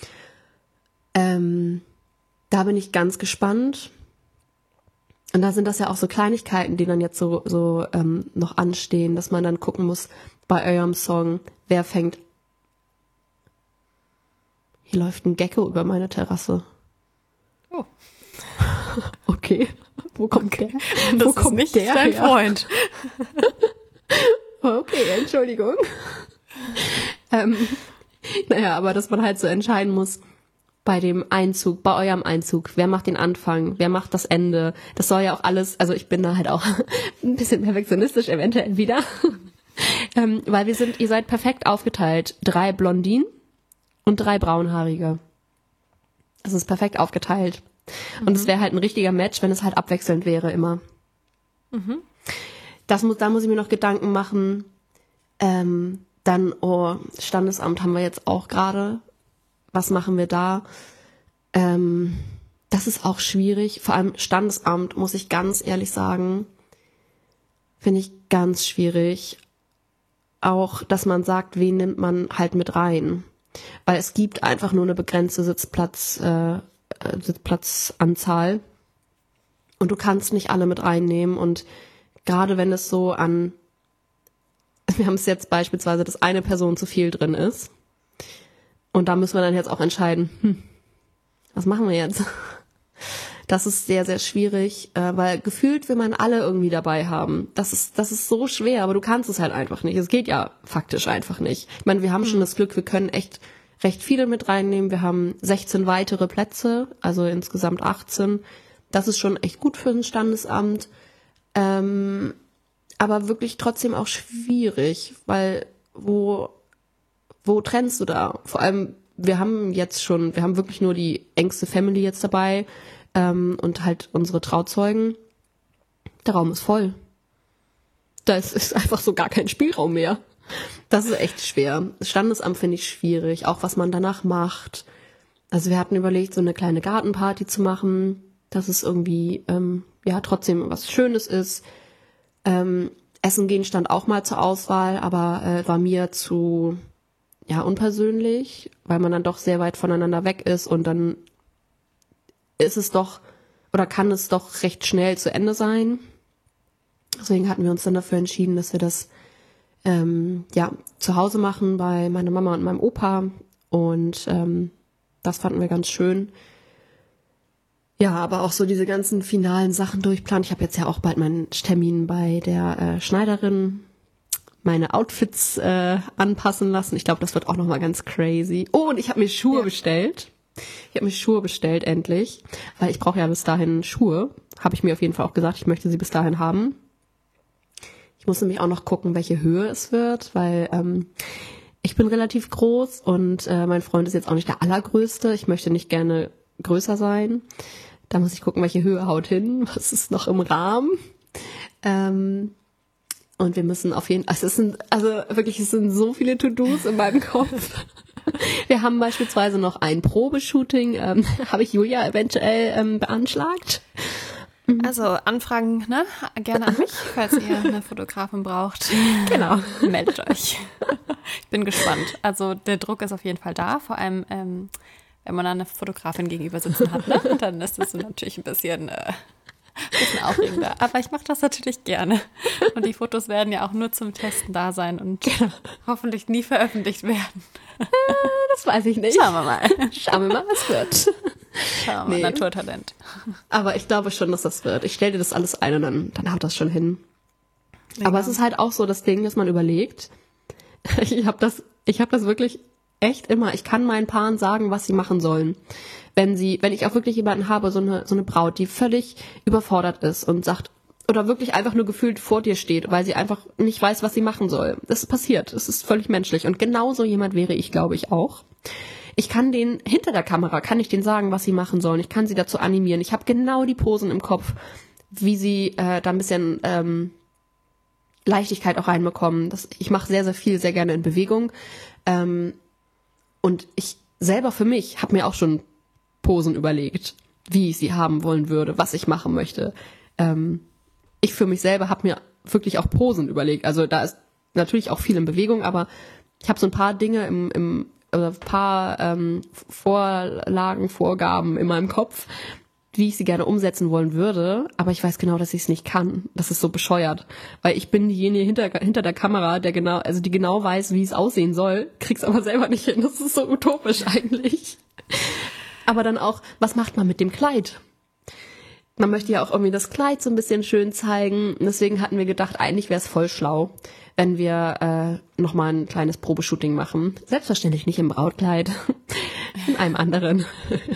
Ähm, da bin ich ganz gespannt. Und da sind das ja auch so Kleinigkeiten, die dann jetzt so, so ähm, noch anstehen, dass man dann gucken muss, bei eurem Song, wer fängt. Hier läuft ein Gecko über meine Terrasse. Oh. Okay. Wo kommt okay. der? Das Wo ist kommt nicht der dein her? Freund. Okay, Entschuldigung. ähm, naja, aber dass man halt so entscheiden muss, bei dem Einzug, bei eurem Einzug, wer macht den Anfang, wer macht das Ende. Das soll ja auch alles, also ich bin da halt auch ein bisschen perfektionistisch eventuell wieder. ähm, weil wir sind, ihr seid perfekt aufgeteilt. Drei Blondinen und drei Braunhaarige. Das ist perfekt aufgeteilt. Und es mhm. wäre halt ein richtiger Match, wenn es halt abwechselnd wäre immer. Mhm. Das muss, da muss ich mir noch Gedanken machen. Ähm, dann, oh, Standesamt haben wir jetzt auch gerade. Was machen wir da? Ähm, das ist auch schwierig. Vor allem Standesamt, muss ich ganz ehrlich sagen, finde ich ganz schwierig. Auch, dass man sagt, wen nimmt man halt mit rein. Weil es gibt einfach nur eine begrenzte Sitzplatz, äh, Sitzplatzanzahl. Und du kannst nicht alle mit reinnehmen. Und gerade wenn es so an, wir haben es jetzt beispielsweise, dass eine Person zu viel drin ist. Und da müssen wir dann jetzt auch entscheiden, hm, was machen wir jetzt? Das ist sehr, sehr schwierig, äh, weil gefühlt will man alle irgendwie dabei haben. Das ist, das ist so schwer, aber du kannst es halt einfach nicht. Es geht ja faktisch einfach nicht. Ich meine, wir haben schon das Glück, wir können echt recht viele mit reinnehmen. Wir haben sechzehn weitere Plätze, also insgesamt achtzehn. Das ist schon echt gut für ein Standesamt. Ähm, aber wirklich trotzdem auch schwierig, weil wo... Wo trennst du da? Vor allem, wir haben jetzt schon, wir haben wirklich nur die engste Family jetzt dabei ähm, und halt unsere Trauzeugen. Der Raum ist voll. Da ist, ist einfach so gar kein Spielraum mehr. Das ist echt schwer. Das Standesamt finde ich schwierig, auch was man danach macht. Also wir hatten überlegt, so eine kleine Gartenparty zu machen, dass es irgendwie, ähm, ja, trotzdem was Schönes ist. Ähm, Essen gehen stand auch mal zur Auswahl, aber äh, war mir zu... ja, unpersönlich, weil man dann doch sehr weit voneinander weg ist und dann ist es doch, oder kann es doch recht schnell zu Ende sein. Deswegen hatten wir uns dann dafür entschieden, dass wir das ähm, ja zu Hause machen bei meiner Mama und meinem Opa und ähm, das fanden wir ganz schön. Ja, aber auch so diese ganzen finalen Sachen durchplanen. Ich habe jetzt ja auch bald meinen Termin bei der äh, Schneiderin, meine Outfits äh, anpassen lassen. Ich glaube, das wird auch nochmal ganz crazy. Oh, und ich habe mir Schuhe ja. bestellt. Ich habe mir Schuhe bestellt, endlich. Weil ich brauche ja bis dahin Schuhe. Habe ich mir auf jeden Fall auch gesagt, ich möchte sie bis dahin haben. Ich muss nämlich auch noch gucken, welche Höhe es wird, weil ähm, ich bin relativ groß und äh, mein Freund ist jetzt auch nicht der allergrößte. Ich möchte nicht gerne größer sein. Da muss ich gucken, welche Höhe haut hin. Was ist noch im Rahmen? Ähm... Und wir müssen auf jeden Fall, also es sind, also wirklich, es sind so viele To-Dos in meinem Kopf. Wir haben beispielsweise noch ein Probeshooting, ähm, habe ich Julia eventuell ähm, beanschlagt. Also Anfragen, ne? Gerne an mich, falls ihr eine Fotografin braucht. Genau. Meldet euch. Ich bin gespannt. Also der Druck ist auf jeden Fall da, vor allem ähm, wenn man eine Fotografin gegenüber sitzen hat, ne? Dann ist das natürlich ein bisschen, äh, ein bisschen aufregender. Aber ich mache das natürlich gerne. Und die Fotos werden ja auch nur zum Testen da sein und genau. hoffentlich nie veröffentlicht werden. Das weiß ich nicht. Schauen wir mal. Schauen wir mal, was wird. Schauen wir mal, nee. Naturtalent. Aber ich glaube schon, dass das wird. Ich stelle dir das alles ein und dann, dann haut das schon hin. Ja. Aber es ist halt auch so das Ding, dass man überlegt, ich habe das, ich habe das wirklich echt immer. Ich kann meinen Paaren sagen, was sie machen sollen. Wenn sie, wenn ich auch wirklich jemanden habe, so eine, so eine Braut, die völlig überfordert ist und sagt, oder wirklich einfach nur gefühlt vor dir steht, weil sie einfach nicht weiß, was sie machen soll. Das ist passiert. Es ist völlig menschlich. Und genauso jemand wäre ich, glaube ich, auch. Ich kann denen hinter der Kamera, kann ich denen sagen, was sie machen sollen. Ich kann sie dazu animieren. Ich habe genau die Posen im Kopf, wie sie äh, da ein bisschen ähm, Leichtigkeit auch reinbekommen. Das, ich mache sehr, sehr viel, sehr gerne in Bewegung. Ähm, und ich selber für mich habe mir auch schon Posen überlegt, wie ich sie haben wollen würde, was ich machen möchte. Ähm, ich für mich selber habe mir wirklich auch Posen überlegt. Also da ist natürlich auch viel in Bewegung, aber ich habe so ein paar Dinge im, im oder ein paar ähm, Vorlagen, Vorgaben in meinem Kopf, wie ich sie gerne umsetzen wollen würde, aber ich weiß genau, dass ich es nicht kann. Das ist so bescheuert, weil ich bin diejenige hinter, hinter der Kamera, der genau, also die genau weiß, wie es aussehen soll, krieg's aber selber nicht hin. Das ist so utopisch eigentlich. Aber dann auch, was macht man mit dem Kleid? Man möchte ja auch irgendwie das Kleid so ein bisschen schön zeigen. Deswegen hatten wir gedacht, eigentlich wäre es voll schlau, wenn wir äh, nochmal ein kleines Probeshooting machen. Selbstverständlich nicht im Brautkleid, in einem anderen.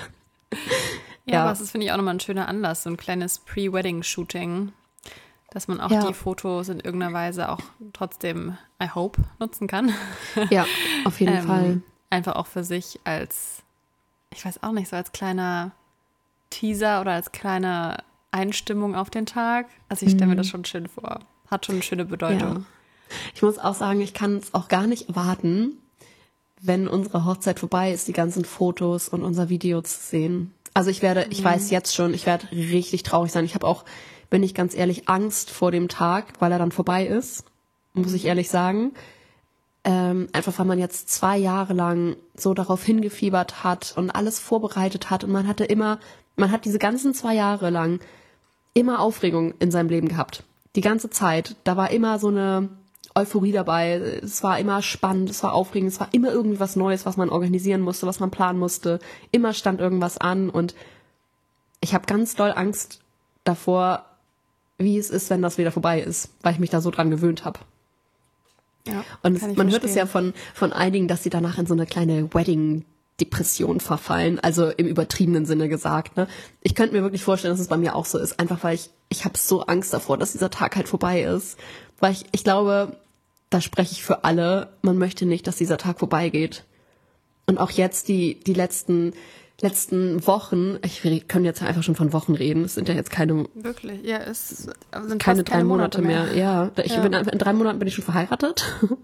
Ja, ja, aber es ist, finde ich, auch nochmal ein schöner Anlass, so ein kleines Pre-Wedding-Shooting, dass man auch ja. die Fotos in irgendeiner Weise auch trotzdem, I hope, nutzen kann. Ja, auf jeden ähm, Fall. Einfach auch für sich als, ich weiß auch nicht, so als kleiner Teaser oder als kleine Einstimmung auf den Tag. Also ich stelle mir das schon schön vor. Hat schon eine schöne Bedeutung. Ja. Ich muss auch sagen, ich kann es auch gar nicht erwarten, wenn unsere Hochzeit vorbei ist, die ganzen Fotos und unser Video zu sehen. Also ich werde, ich mhm. weiß jetzt schon, ich werde richtig traurig sein. Ich habe auch, bin ich ganz ehrlich, Angst vor dem Tag, weil er dann vorbei ist, muss ich ehrlich sagen. Ähm, einfach weil man jetzt zwei Jahre lang so darauf hingefiebert hat und alles vorbereitet hat und man hatte immer, man hat diese ganzen zwei Jahre lang immer Aufregung in seinem Leben gehabt. Die ganze Zeit. Da war immer so eine Euphorie dabei. Es war immer spannend, es war aufregend, es war immer irgendwie was Neues, was man organisieren musste, was man planen musste. Immer stand irgendwas an und ich habe ganz doll Angst davor, wie es ist, wenn das wieder vorbei ist, weil ich mich da so dran gewöhnt habe. Ja, und es, man verstehen. hört es ja von, von einigen, dass sie danach in so eine kleine Wedding-Depression verfallen, also im übertriebenen Sinne gesagt. Ne? Ich könnte mir wirklich vorstellen, dass es bei mir auch so ist, einfach weil ich, ich habe so Angst davor, dass dieser Tag halt vorbei ist. Weil ich, ich glaube, da spreche ich für alle, man möchte nicht, dass dieser Tag vorbeigeht. Und auch jetzt die, die letzten, letzten Wochen, ich, wir können jetzt einfach schon von Wochen reden, es sind ja jetzt keine... Wirklich, ja, es sind keine fast drei keine Monate, Monate mehr. mehr. Ja, ich ja. bin in drei Monaten bin ich schon verheiratet.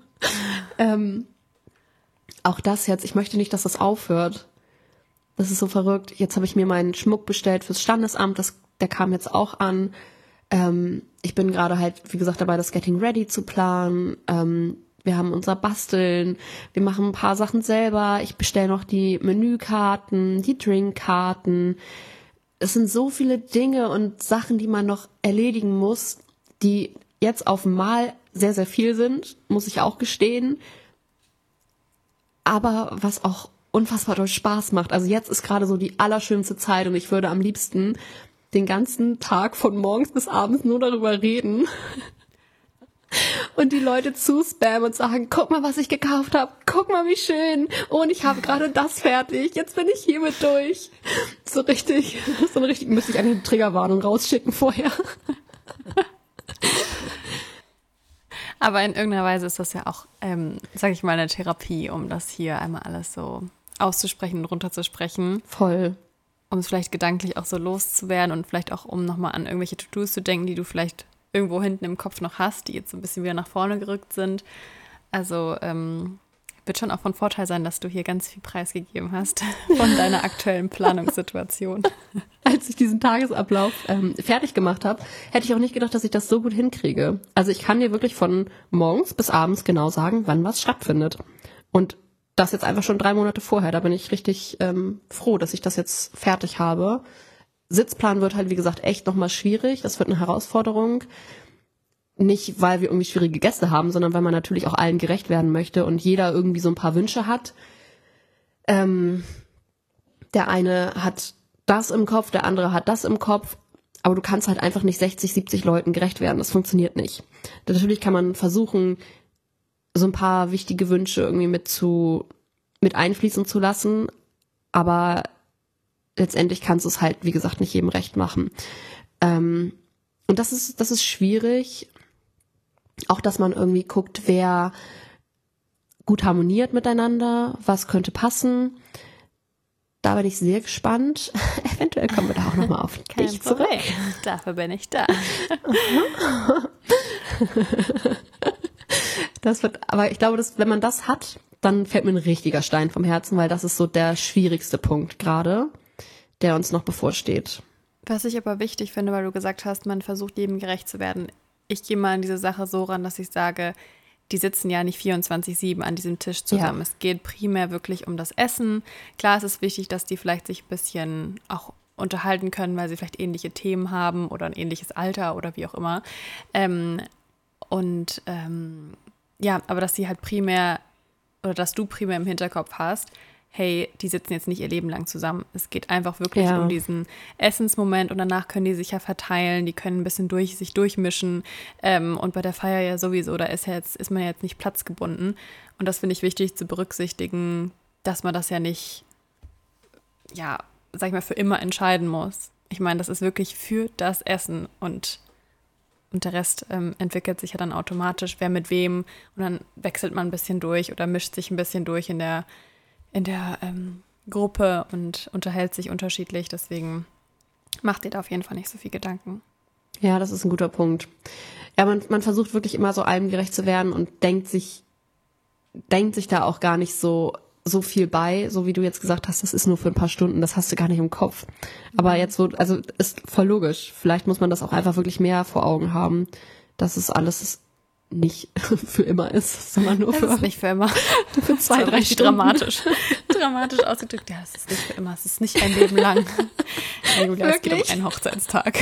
ähm, auch das jetzt, ich möchte nicht, dass das aufhört. Das ist so verrückt. Jetzt habe ich mir meinen Schmuck bestellt fürs Standesamt, das, der kam jetzt auch an. Ähm, ich bin gerade halt, wie gesagt, dabei, das Getting Ready zu planen. Ähm, wir haben unser Basteln. Wir machen ein paar Sachen selber. Ich bestelle noch die Menükarten, die Drinkkarten. Es sind so viele Dinge und Sachen, die man noch erledigen muss, die jetzt auf einmal sehr, sehr viel sind, muss ich auch gestehen. Aber was auch unfassbar doll Spaß macht. Also jetzt ist gerade so die allerschönste Zeit und ich würde am liebsten den ganzen Tag von morgens bis abends nur darüber reden und die Leute zuspammen und sagen, guck mal, was ich gekauft habe, guck mal, wie schön und ich habe gerade das fertig, jetzt bin ich hiermit durch. So richtig, so eine richtig, müsste ich eine Triggerwarnung rausschicken vorher. Aber in irgendeiner Weise ist das ja auch, ähm, sag ich mal, eine Therapie, um das hier einmal alles so auszusprechen und runterzusprechen. Voll. Um es vielleicht gedanklich auch so loszuwerden und vielleicht auch, um nochmal an irgendwelche To-Dos zu denken, die du vielleicht irgendwo hinten im Kopf noch hast, die jetzt so ein bisschen wieder nach vorne gerückt sind. Also ähm, wird schon auch von Vorteil sein, dass du hier ganz viel preisgegeben hast von deiner aktuellen Planungssituation. Als ich diesen Tagesablauf ähm, fertig gemacht habe, hätte ich auch nicht gedacht, dass ich das so gut hinkriege. Also ich kann dir wirklich von morgens bis abends genau sagen, wann was stattfindet. Und das jetzt einfach schon drei Monate vorher. Da bin ich richtig ähm, froh, dass ich das jetzt fertig habe. Sitzplan wird halt, wie gesagt, echt nochmal schwierig. Das wird eine Herausforderung. Nicht, weil wir irgendwie schwierige Gäste haben, sondern weil man natürlich auch allen gerecht werden möchte und jeder irgendwie so ein paar Wünsche hat. Ähm, der eine hat das im Kopf, der andere hat das im Kopf. Aber du kannst halt einfach nicht sechzig, siebzig Leuten gerecht werden. Das funktioniert nicht. Natürlich kann man versuchen, so ein paar wichtige Wünsche irgendwie mit zu, mit einfließen zu lassen. Aber letztendlich kannst du es halt, wie gesagt, nicht jedem recht machen. Ähm, und das ist, das ist schwierig. Auch, dass man irgendwie guckt, wer gut harmoniert miteinander, was könnte passen. Da bin ich sehr gespannt. Eventuell kommen wir da auch nochmal auf Kein dich zurück. Problem. Dafür bin ich da. Das wird, aber ich glaube, dass, wenn man das hat, dann fällt mir ein richtiger Stein vom Herzen, weil das ist so der schwierigste Punkt gerade, der uns noch bevorsteht. Was ich aber wichtig finde, weil du gesagt hast, man versucht jedem gerecht zu werden. Ich gehe mal an diese Sache so ran, dass ich sage, die sitzen ja nicht vierundzwanzig sieben an diesem Tisch zusammen. Ja. Es geht primär wirklich um das Essen. Klar, es ist wichtig, dass die vielleicht sich ein bisschen auch unterhalten können, weil sie vielleicht ähnliche Themen haben oder ein ähnliches Alter oder wie auch immer. Ähm, und ähm, ja, aber dass sie halt primär oder dass du primär im Hinterkopf hast, hey, die sitzen jetzt nicht ihr Leben lang zusammen. Es geht einfach wirklich ja. um diesen Essensmoment und danach können die sich ja verteilen, die können ein bisschen durch sich durchmischen ähm, und bei der Feier ja sowieso, da ist, ja jetzt, ist man ja jetzt nicht platzgebunden und das finde ich wichtig zu berücksichtigen, dass man das ja nicht, ja, sag ich mal, für immer entscheiden muss. Ich meine, das ist wirklich für das Essen und Und der Rest ähm, entwickelt sich ja dann automatisch, wer mit wem. Und dann wechselt man ein bisschen durch oder mischt sich ein bisschen durch in der, in der ähm, Gruppe und unterhält sich unterschiedlich. Deswegen macht ihr da auf jeden Fall nicht so viel Gedanken. Ja, das ist ein guter Punkt. Ja, man, man versucht wirklich immer so allem gerecht zu werden und denkt sich, denkt sich da auch gar nicht so, so viel bei, so wie du jetzt gesagt hast, das ist nur für ein paar Stunden, das hast du gar nicht im Kopf. Aber mhm. jetzt so, also ist voll logisch. Vielleicht muss man das auch einfach wirklich mehr vor Augen haben, dass es alles nicht für immer ist, sondern nur das für, ist nicht für immer. für zwei, drei Stunden. Dramatisch. Dramatisch ausgedrückt. Ja, das ist nicht für immer. Es ist nicht ein Leben lang. Ja, Julia, es geht um einen Hochzeitstag.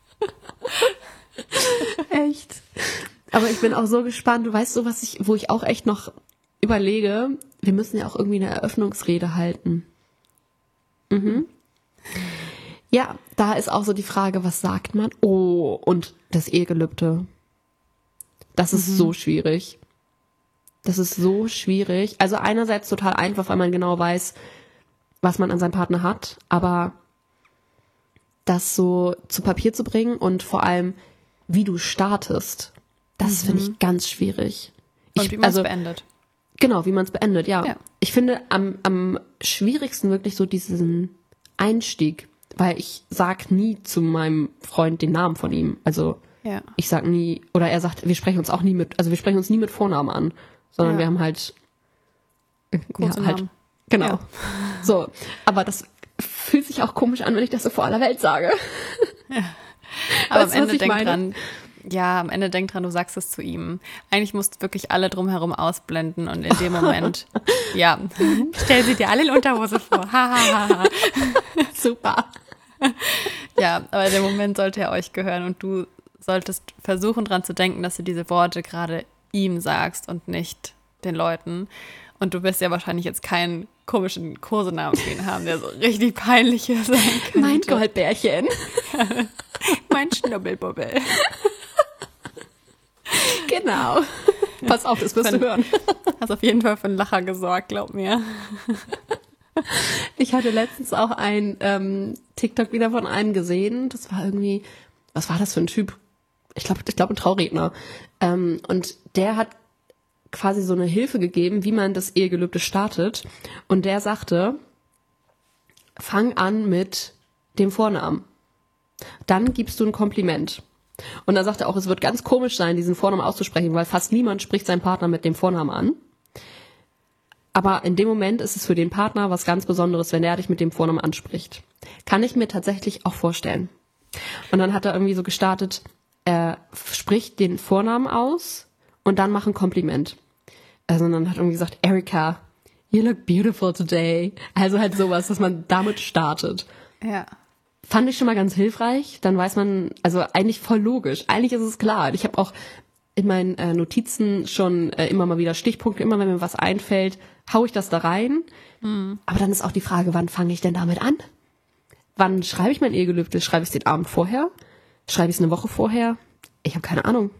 Echt. Aber ich bin auch so gespannt. Du weißt so, was ich, wo ich auch echt noch überlege, wir müssen ja auch irgendwie eine Eröffnungsrede halten. Mhm. Ja, da ist auch so die Frage, was sagt man? Oh, und das Ehegelübde. Das ist mhm. so schwierig. Das ist so schwierig. Also einerseits total einfach, weil man genau weiß, was man an seinem Partner hat, aber das so zu Papier zu bringen und vor allem, wie du startest, das mhm. finde ich ganz schwierig. Und ich, wie man es also, beendet. Genau, wie man es beendet, ja. ja. Ich finde am, am schwierigsten wirklich so diesen Einstieg, weil ich sag nie zu meinem Freund den Namen von ihm. Also ja. ich sag nie, oder er sagt, wir sprechen uns auch nie mit, also wir sprechen uns nie mit Vornamen an, sondern ja. wir haben halt, Kurze ja, halt Namen. Genau. Ja. So, aber das fühlt sich auch komisch an, wenn ich das so vor aller Welt sage. Ja. Aber Weißt am Ende denk meine? dran, ja, am Ende denk dran, du sagst es zu ihm. Eigentlich musst du wirklich alle drumherum ausblenden und in dem Moment, ja, stell sie dir alle in Unterhose vor. Ha, ha, ha, ha. Super. Ja, aber der Moment sollte ja euch gehören und du solltest versuchen, dran zu denken, dass du diese Worte gerade ihm sagst und nicht den Leuten. Und du wirst ja wahrscheinlich jetzt keinen komischen Kosenamen für ihn haben, der so richtig peinlich sein könnte. Mein Goldbärchen. Mein Schnubbelbubbel. Genau. Pass auf, das wirst von, du hören. Hast auf jeden Fall für einen Lacher gesorgt, glaub mir. Ich hatte letztens auch ein ähm, TikTok wieder von einem gesehen. Das war irgendwie, was war das für ein Typ? Ich glaube, ich glaube ein Trauredner. Ähm, und der hat quasi so eine Hilfe gegeben, wie man das Ehegelübde startet. Und der sagte, fang an mit dem Vornamen. Dann gibst du ein Kompliment. Und dann sagt er auch, es wird ganz komisch sein, diesen Vornamen auszusprechen, weil fast niemand spricht seinen Partner mit dem Vornamen an. Aber in dem Moment ist es für den Partner was ganz Besonderes, wenn er dich mit dem Vornamen anspricht. Kann ich mir tatsächlich auch vorstellen. Und dann hat er irgendwie so gestartet, er spricht den Vornamen aus und dann macht ein Kompliment. Also dann hat er irgendwie gesagt, Erika, you look beautiful today. Also halt sowas, dass man damit startet. Ja. Fand ich schon mal ganz hilfreich. Dann weiß man, also eigentlich voll logisch. Eigentlich ist es klar. Ich habe auch in meinen äh, Notizen schon äh, immer mal wieder Stichpunkte. Immer wenn mir was einfällt, hau ich das da rein. Mhm. Aber dann ist auch die Frage, wann fange ich denn damit an? Wann schreibe ich mein Ehegelübde? Schreibe ich es den Abend vorher? Schreibe ich es eine Woche vorher? Ich habe keine Ahnung.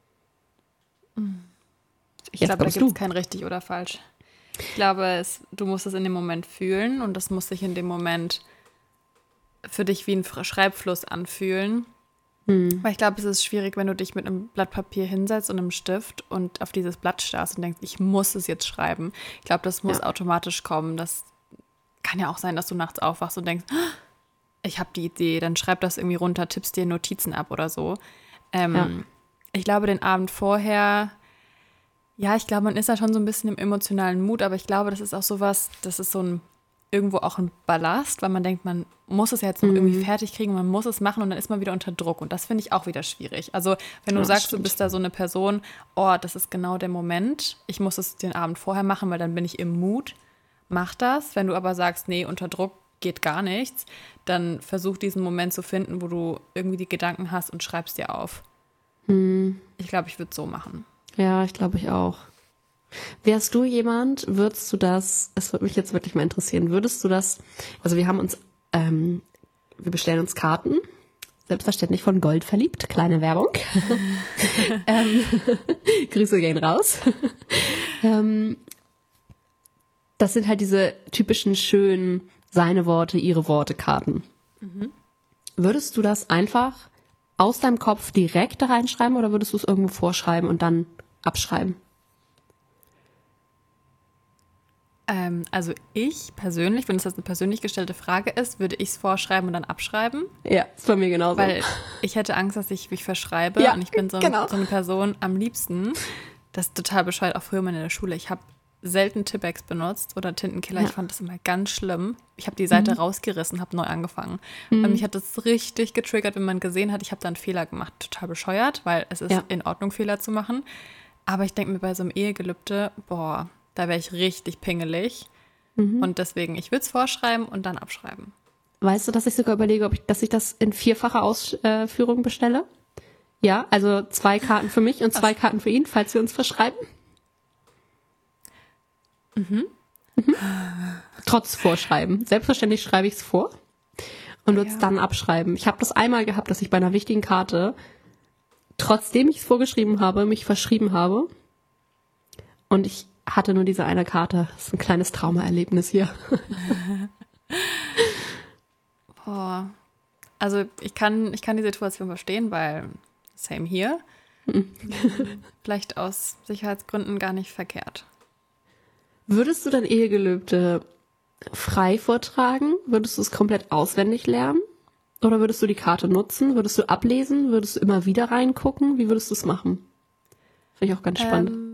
Ich glaube, da gibt es kein richtig oder falsch. Ich glaube, es, du musst es in dem Moment fühlen und das muss sich in dem Moment für dich wie ein Schreibfluss anfühlen. Hm. Weil ich glaube, es ist schwierig, wenn du dich mit einem Blatt Papier hinsetzt und einem Stift und auf dieses Blatt starrst und denkst, ich muss es jetzt schreiben. Ich glaube, das muss ja automatisch kommen. Das kann ja auch sein, dass du nachts aufwachst und denkst, ich habe die Idee, dann schreib das irgendwie runter, tippst dir Notizen ab oder so. Ähm, ja. Ich glaube, den Abend vorher, ja, ich glaube, man ist da schon so ein bisschen im emotionalen Mut, aber ich glaube, das ist auch sowas, das ist so ein irgendwo auch ein Ballast, weil man denkt, man muss es ja jetzt noch mhm. irgendwie fertig kriegen, man muss es machen und dann ist man wieder unter Druck und das finde ich auch wieder schwierig. Also wenn du ja, sagst, stimmt. Du bist da so eine Person, oh, das ist genau der Moment, ich muss es den Abend vorher machen, weil dann bin ich im Mut, mach das. Wenn du aber sagst, nee, unter Druck geht gar nichts, dann versuch diesen Moment zu finden, wo du irgendwie die Gedanken hast und schreibst dir auf. Mhm. Ich glaube, ich würde es so machen. Ja, ich glaube, ich auch. Wärst du jemand, würdest du das, es würde mich jetzt wirklich mal interessieren, würdest du das, also wir haben uns, ähm, wir bestellen uns Karten, selbstverständlich von Gold verliebt, kleine Werbung. ähm, Grüße gehen raus. ähm, das sind halt diese typischen schönen seine Worte, ihre Worte Karten. Mhm. Würdest du das einfach aus deinem Kopf direkt da reinschreiben oder würdest du es irgendwo vorschreiben und dann abschreiben? Ähm, also ich persönlich, wenn es jetzt eine persönlich gestellte Frage ist, würde ich es vorschreiben und dann abschreiben. Ja, ist bei mir genauso. Weil ich hätte Angst, dass ich mich verschreibe ja, und ich bin so, genau. so eine Person am liebsten. Das ist total bescheuert, auch früher mal in der Schule. Ich habe selten Tippex benutzt oder Tintenkiller. Ja. Ich fand das immer ganz schlimm. Ich habe die Seite mhm. rausgerissen, habe neu angefangen. Mhm. Und mich hat das richtig getriggert, wenn man gesehen hat, ich habe da einen Fehler gemacht. Total bescheuert, weil es ist ja. in Ordnung, Fehler zu machen. Aber ich denke mir bei so einem Ehegelübde, boah, da wäre ich richtig pingelig. Mhm. Und deswegen, ich würde es vorschreiben und dann abschreiben. Weißt du, dass ich sogar überlege, ob ich, dass ich das in vierfacher Ausführung bestelle? Ja, also zwei Karten für mich und zwei Ach. Karten für ihn, falls wir uns verschreiben. Mhm. Mhm. Trotz Vorschreiben. Selbstverständlich schreibe ich es vor und würde es ja. dann abschreiben. Ich habe das einmal gehabt, dass ich bei einer wichtigen Karte, trotzdem ich es vorgeschrieben habe, mich verschrieben habe. Und ich hatte nur diese eine Karte. Das ist ein kleines Traumaerlebnis hier. Boah. Also ich kann, ich kann die Situation verstehen, weil same hier. Mhm. Vielleicht aus Sicherheitsgründen gar nicht verkehrt. Würdest du dein Ehegelübde frei vortragen? Würdest du es komplett auswendig lernen? Oder würdest du die Karte nutzen? Würdest du ablesen? Würdest du immer wieder reingucken? Wie würdest du es machen? Finde ich auch ganz spannend. Ähm,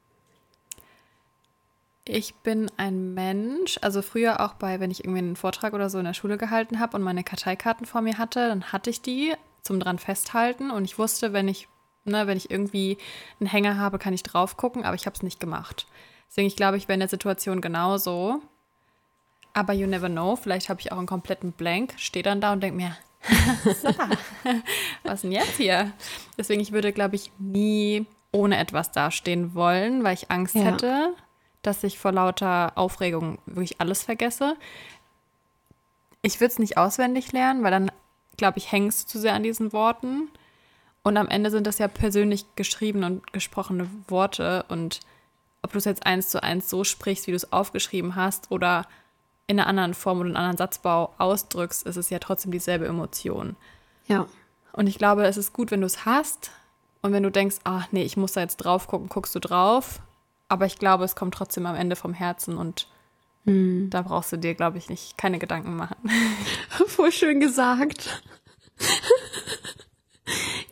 ich bin ein Mensch, also früher auch bei, wenn ich irgendwie einen Vortrag oder so in der Schule gehalten habe und meine Karteikarten vor mir hatte, dann hatte ich die zum dran festhalten und ich wusste, wenn ich, ne, wenn ich irgendwie einen Hänger habe, kann ich drauf gucken, aber ich habe es nicht gemacht. Deswegen, ich glaube, ich wäre in der Situation genauso. Aber you never know. Vielleicht habe ich auch einen kompletten Blank, stehe dann da und denke mir, so, was denn jetzt hier? Deswegen, ich würde, glaube ich, nie ohne etwas dastehen wollen, weil ich Angst ja. hätte, dass ich vor lauter Aufregung wirklich alles vergesse. Ich würde es nicht auswendig lernen, weil dann, glaube ich, hängst du zu sehr an diesen Worten. Und am Ende sind das ja persönlich geschriebene und gesprochene Worte und ob du es jetzt eins zu eins so sprichst, wie du es aufgeschrieben hast oder in einer anderen Form oder einen anderen Satzbau ausdrückst, ist es ja trotzdem dieselbe Emotion. Ja. Und ich glaube, es ist gut, wenn du es hast und wenn du denkst, ach nee, ich muss da jetzt drauf gucken, guckst du drauf. Aber ich glaube, es kommt trotzdem am Ende vom Herzen und hm. da brauchst du dir, glaube ich, nicht keine Gedanken machen. Voll schön gesagt.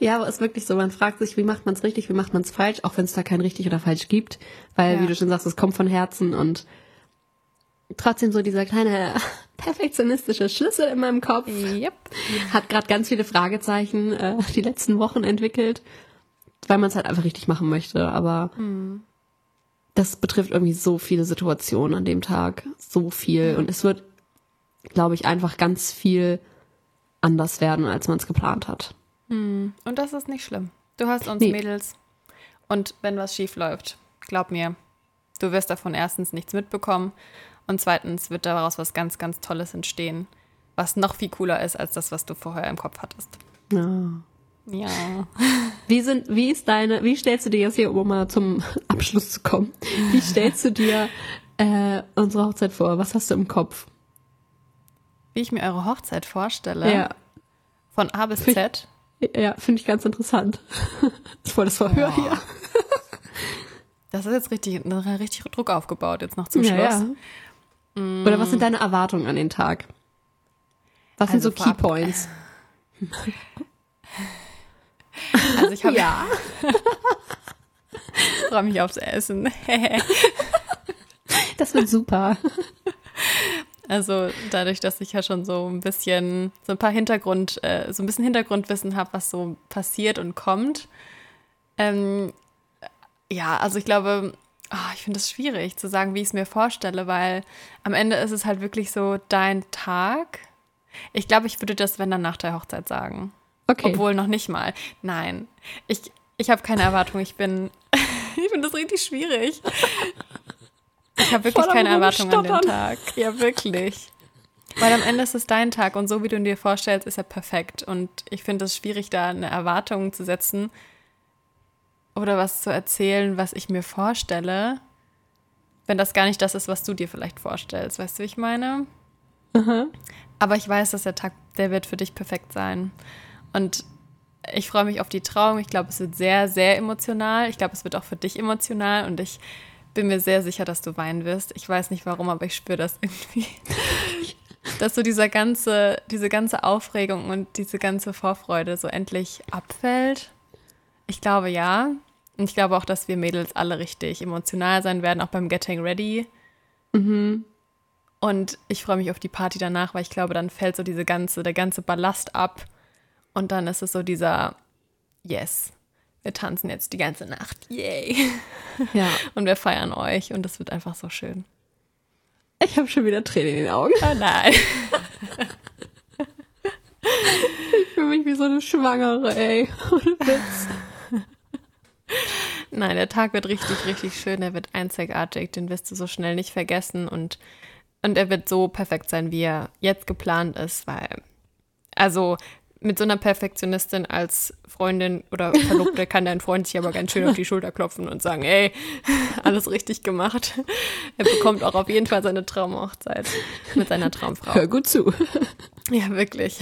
Ja, aber es ist wirklich so, man fragt sich, wie macht man es richtig, wie macht man es falsch, auch wenn es da kein richtig oder falsch gibt, weil, Ja. wie du schon sagst, es kommt von Herzen und trotzdem so dieser kleine perfektionistische Schlüssel in meinem Kopf Yep. hat gerade ganz viele Fragezeichen äh, die letzten Wochen entwickelt, weil man es halt einfach richtig machen möchte, aber Hm. das betrifft irgendwie so viele Situationen an dem Tag, so viel und es wird, glaube ich, einfach ganz viel anders werden, als man es geplant hat. Hm. Und das ist nicht schlimm. Du hast uns Nee. Mädels und wenn was schief läuft, glaub mir, du wirst davon erstens nichts mitbekommen und zweitens wird daraus was ganz, ganz Tolles entstehen, was noch viel cooler ist als das, was du vorher im Kopf hattest. Ja. Ja. Wie sind, wie ist deine, wie stellst du dir jetzt hier, um mal zum Abschluss zu kommen, wie stellst du dir äh, unsere Hochzeit vor? Was hast du im Kopf? Wie ich mir eure Hochzeit vorstelle, Ja, von A bis Find- Z. ja, finde ich ganz interessant. Das ist voll das Verhör Boah. hier. Das ist jetzt richtig, richtig Druck aufgebaut, jetzt noch zum Ja, Schluss. ja. Oder was sind deine Erwartungen an den Tag? Was Also sind so vorab- Keypoints? Also ich habe Ja. freue mich aufs Essen. Das wird super. Also dadurch, dass ich ja schon so ein bisschen, so ein paar Hintergrund, äh, so ein bisschen Hintergrundwissen habe, was so passiert und kommt. Ähm, ja, also ich glaube, ah, ich finde es schwierig zu sagen, wie ich es mir vorstelle, weil am Ende ist es halt wirklich so dein Tag. Ich glaube, ich würde das, wenn dann nach der Hochzeit sagen. Okay. Obwohl noch nicht mal. Nein, ich, ich habe keine Erwartung. Ich bin, ich finde das richtig schwierig. Ich habe wirklich Voll am keine Erwartung an den Rumstottern. Tag. Ja, wirklich. Weil am Ende ist es dein Tag und so, wie du ihn dir vorstellst, ist er perfekt. Und ich finde es schwierig, da eine Erwartung zu setzen oder was zu erzählen, was ich mir vorstelle, wenn das gar nicht das ist, was du dir vielleicht vorstellst. Weißt du, wie ich meine? Aha. Aber ich weiß, dass der Tag, der wird für dich perfekt sein. Und ich freue mich auf die Trauung. Ich glaube, es wird sehr, sehr emotional. Ich glaube, es wird auch für dich emotional. Und ich bin mir sehr sicher, dass du weinen wirst. Ich weiß nicht warum, aber ich spüre das irgendwie. Dass so dieser ganze, diese ganze Aufregung und diese ganze Vorfreude so endlich abfällt. Ich glaube, ja. Und ich glaube auch, dass wir Mädels alle richtig emotional sein werden, auch beim Getting Ready. Mhm. Und ich freue mich auf die Party danach, weil ich glaube, dann fällt so diese ganze, der ganze Ballast ab. Und dann ist es so dieser, yes, wir tanzen jetzt die ganze Nacht, yay. Ja. Und wir feiern euch und das wird einfach so schön. Ich habe schon wieder Tränen in den Augen. Oh nein. Ich fühle mich wie so eine Schwangere, ey. Ohne Witz. Nein, der Tag wird richtig, richtig schön. Er wird einzigartig, den wirst du so schnell nicht vergessen. Und, und er wird so perfekt sein, wie er jetzt geplant ist, weil, also mit so einer Perfektionistin als Freundin oder Verlobte kann dein Freund sich aber ganz schön auf die Schulter klopfen und sagen, ey, alles richtig gemacht. Er bekommt auch auf jeden Fall seine Traumhochzeit mit seiner Traumfrau. Hör gut zu. Ja, wirklich.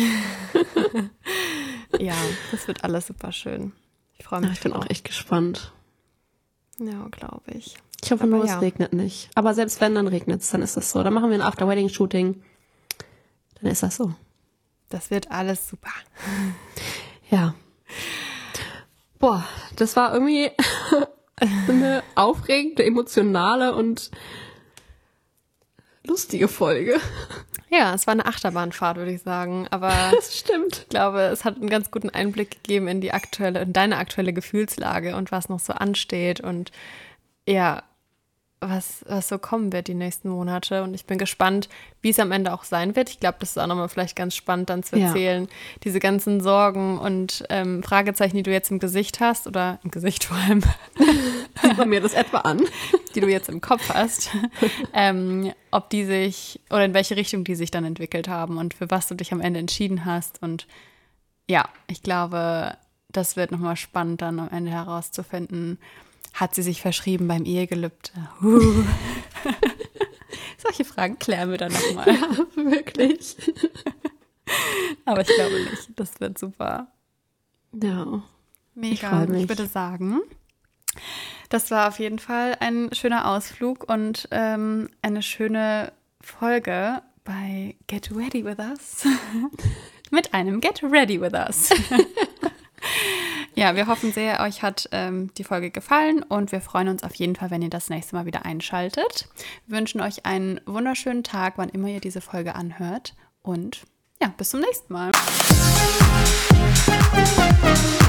Ja, das wird alles super schön. Ich freue mich. Ich bin auch echt gespannt. Ja, glaube ich. Ich hoffe Aber nur, ja. es regnet nicht. Aber selbst wenn, dann regnet es, dann ist das so. Dann machen wir ein After-Wedding-Shooting. Dann ist das so. Das wird alles super. Ja. Boah, das war irgendwie eine aufregende, emotionale und lustige Folge. Ja, es war eine Achterbahnfahrt, würde ich sagen. Aber Das stimmt. ich glaube, es hat einen ganz guten Einblick gegeben in die aktuelle, in deine aktuelle Gefühlslage und was noch so ansteht und ja, was, was so kommen wird die nächsten Monate. Und ich bin gespannt, wie es am Ende auch sein wird. Ich glaube, das ist auch nochmal vielleicht ganz spannend dann zu Ja. erzählen. Diese ganzen Sorgen und ähm, Fragezeichen, die du jetzt im Gesicht hast oder im Gesicht vor allem, Sieht man mir das etwa an? die du jetzt im Kopf hast, ähm, ob die sich oder in welche Richtung die sich dann entwickelt haben und für was du dich am Ende entschieden hast. Und ja, ich glaube, das wird nochmal spannend dann am Ende herauszufinden, hat sie sich verschrieben beim Ehegelübde? Huh. Solche Fragen klären wir dann nochmal. Ja, wirklich. Aber ich glaube nicht. Das wird super. Ja. Ich Mega. freu Ich, mich. würde sagen, das war auf jeden Fall ein schöner Ausflug und ähm, eine schöne Folge bei Get Ready With Us. Mit einem Get Ready With Us. Ja, wir hoffen sehr, euch hat ähm, die Folge gefallen und wir freuen uns auf jeden Fall, wenn ihr das nächste Mal wieder einschaltet. Wir wünschen euch einen wunderschönen Tag, wann immer ihr diese Folge anhört und ja, bis zum nächsten Mal.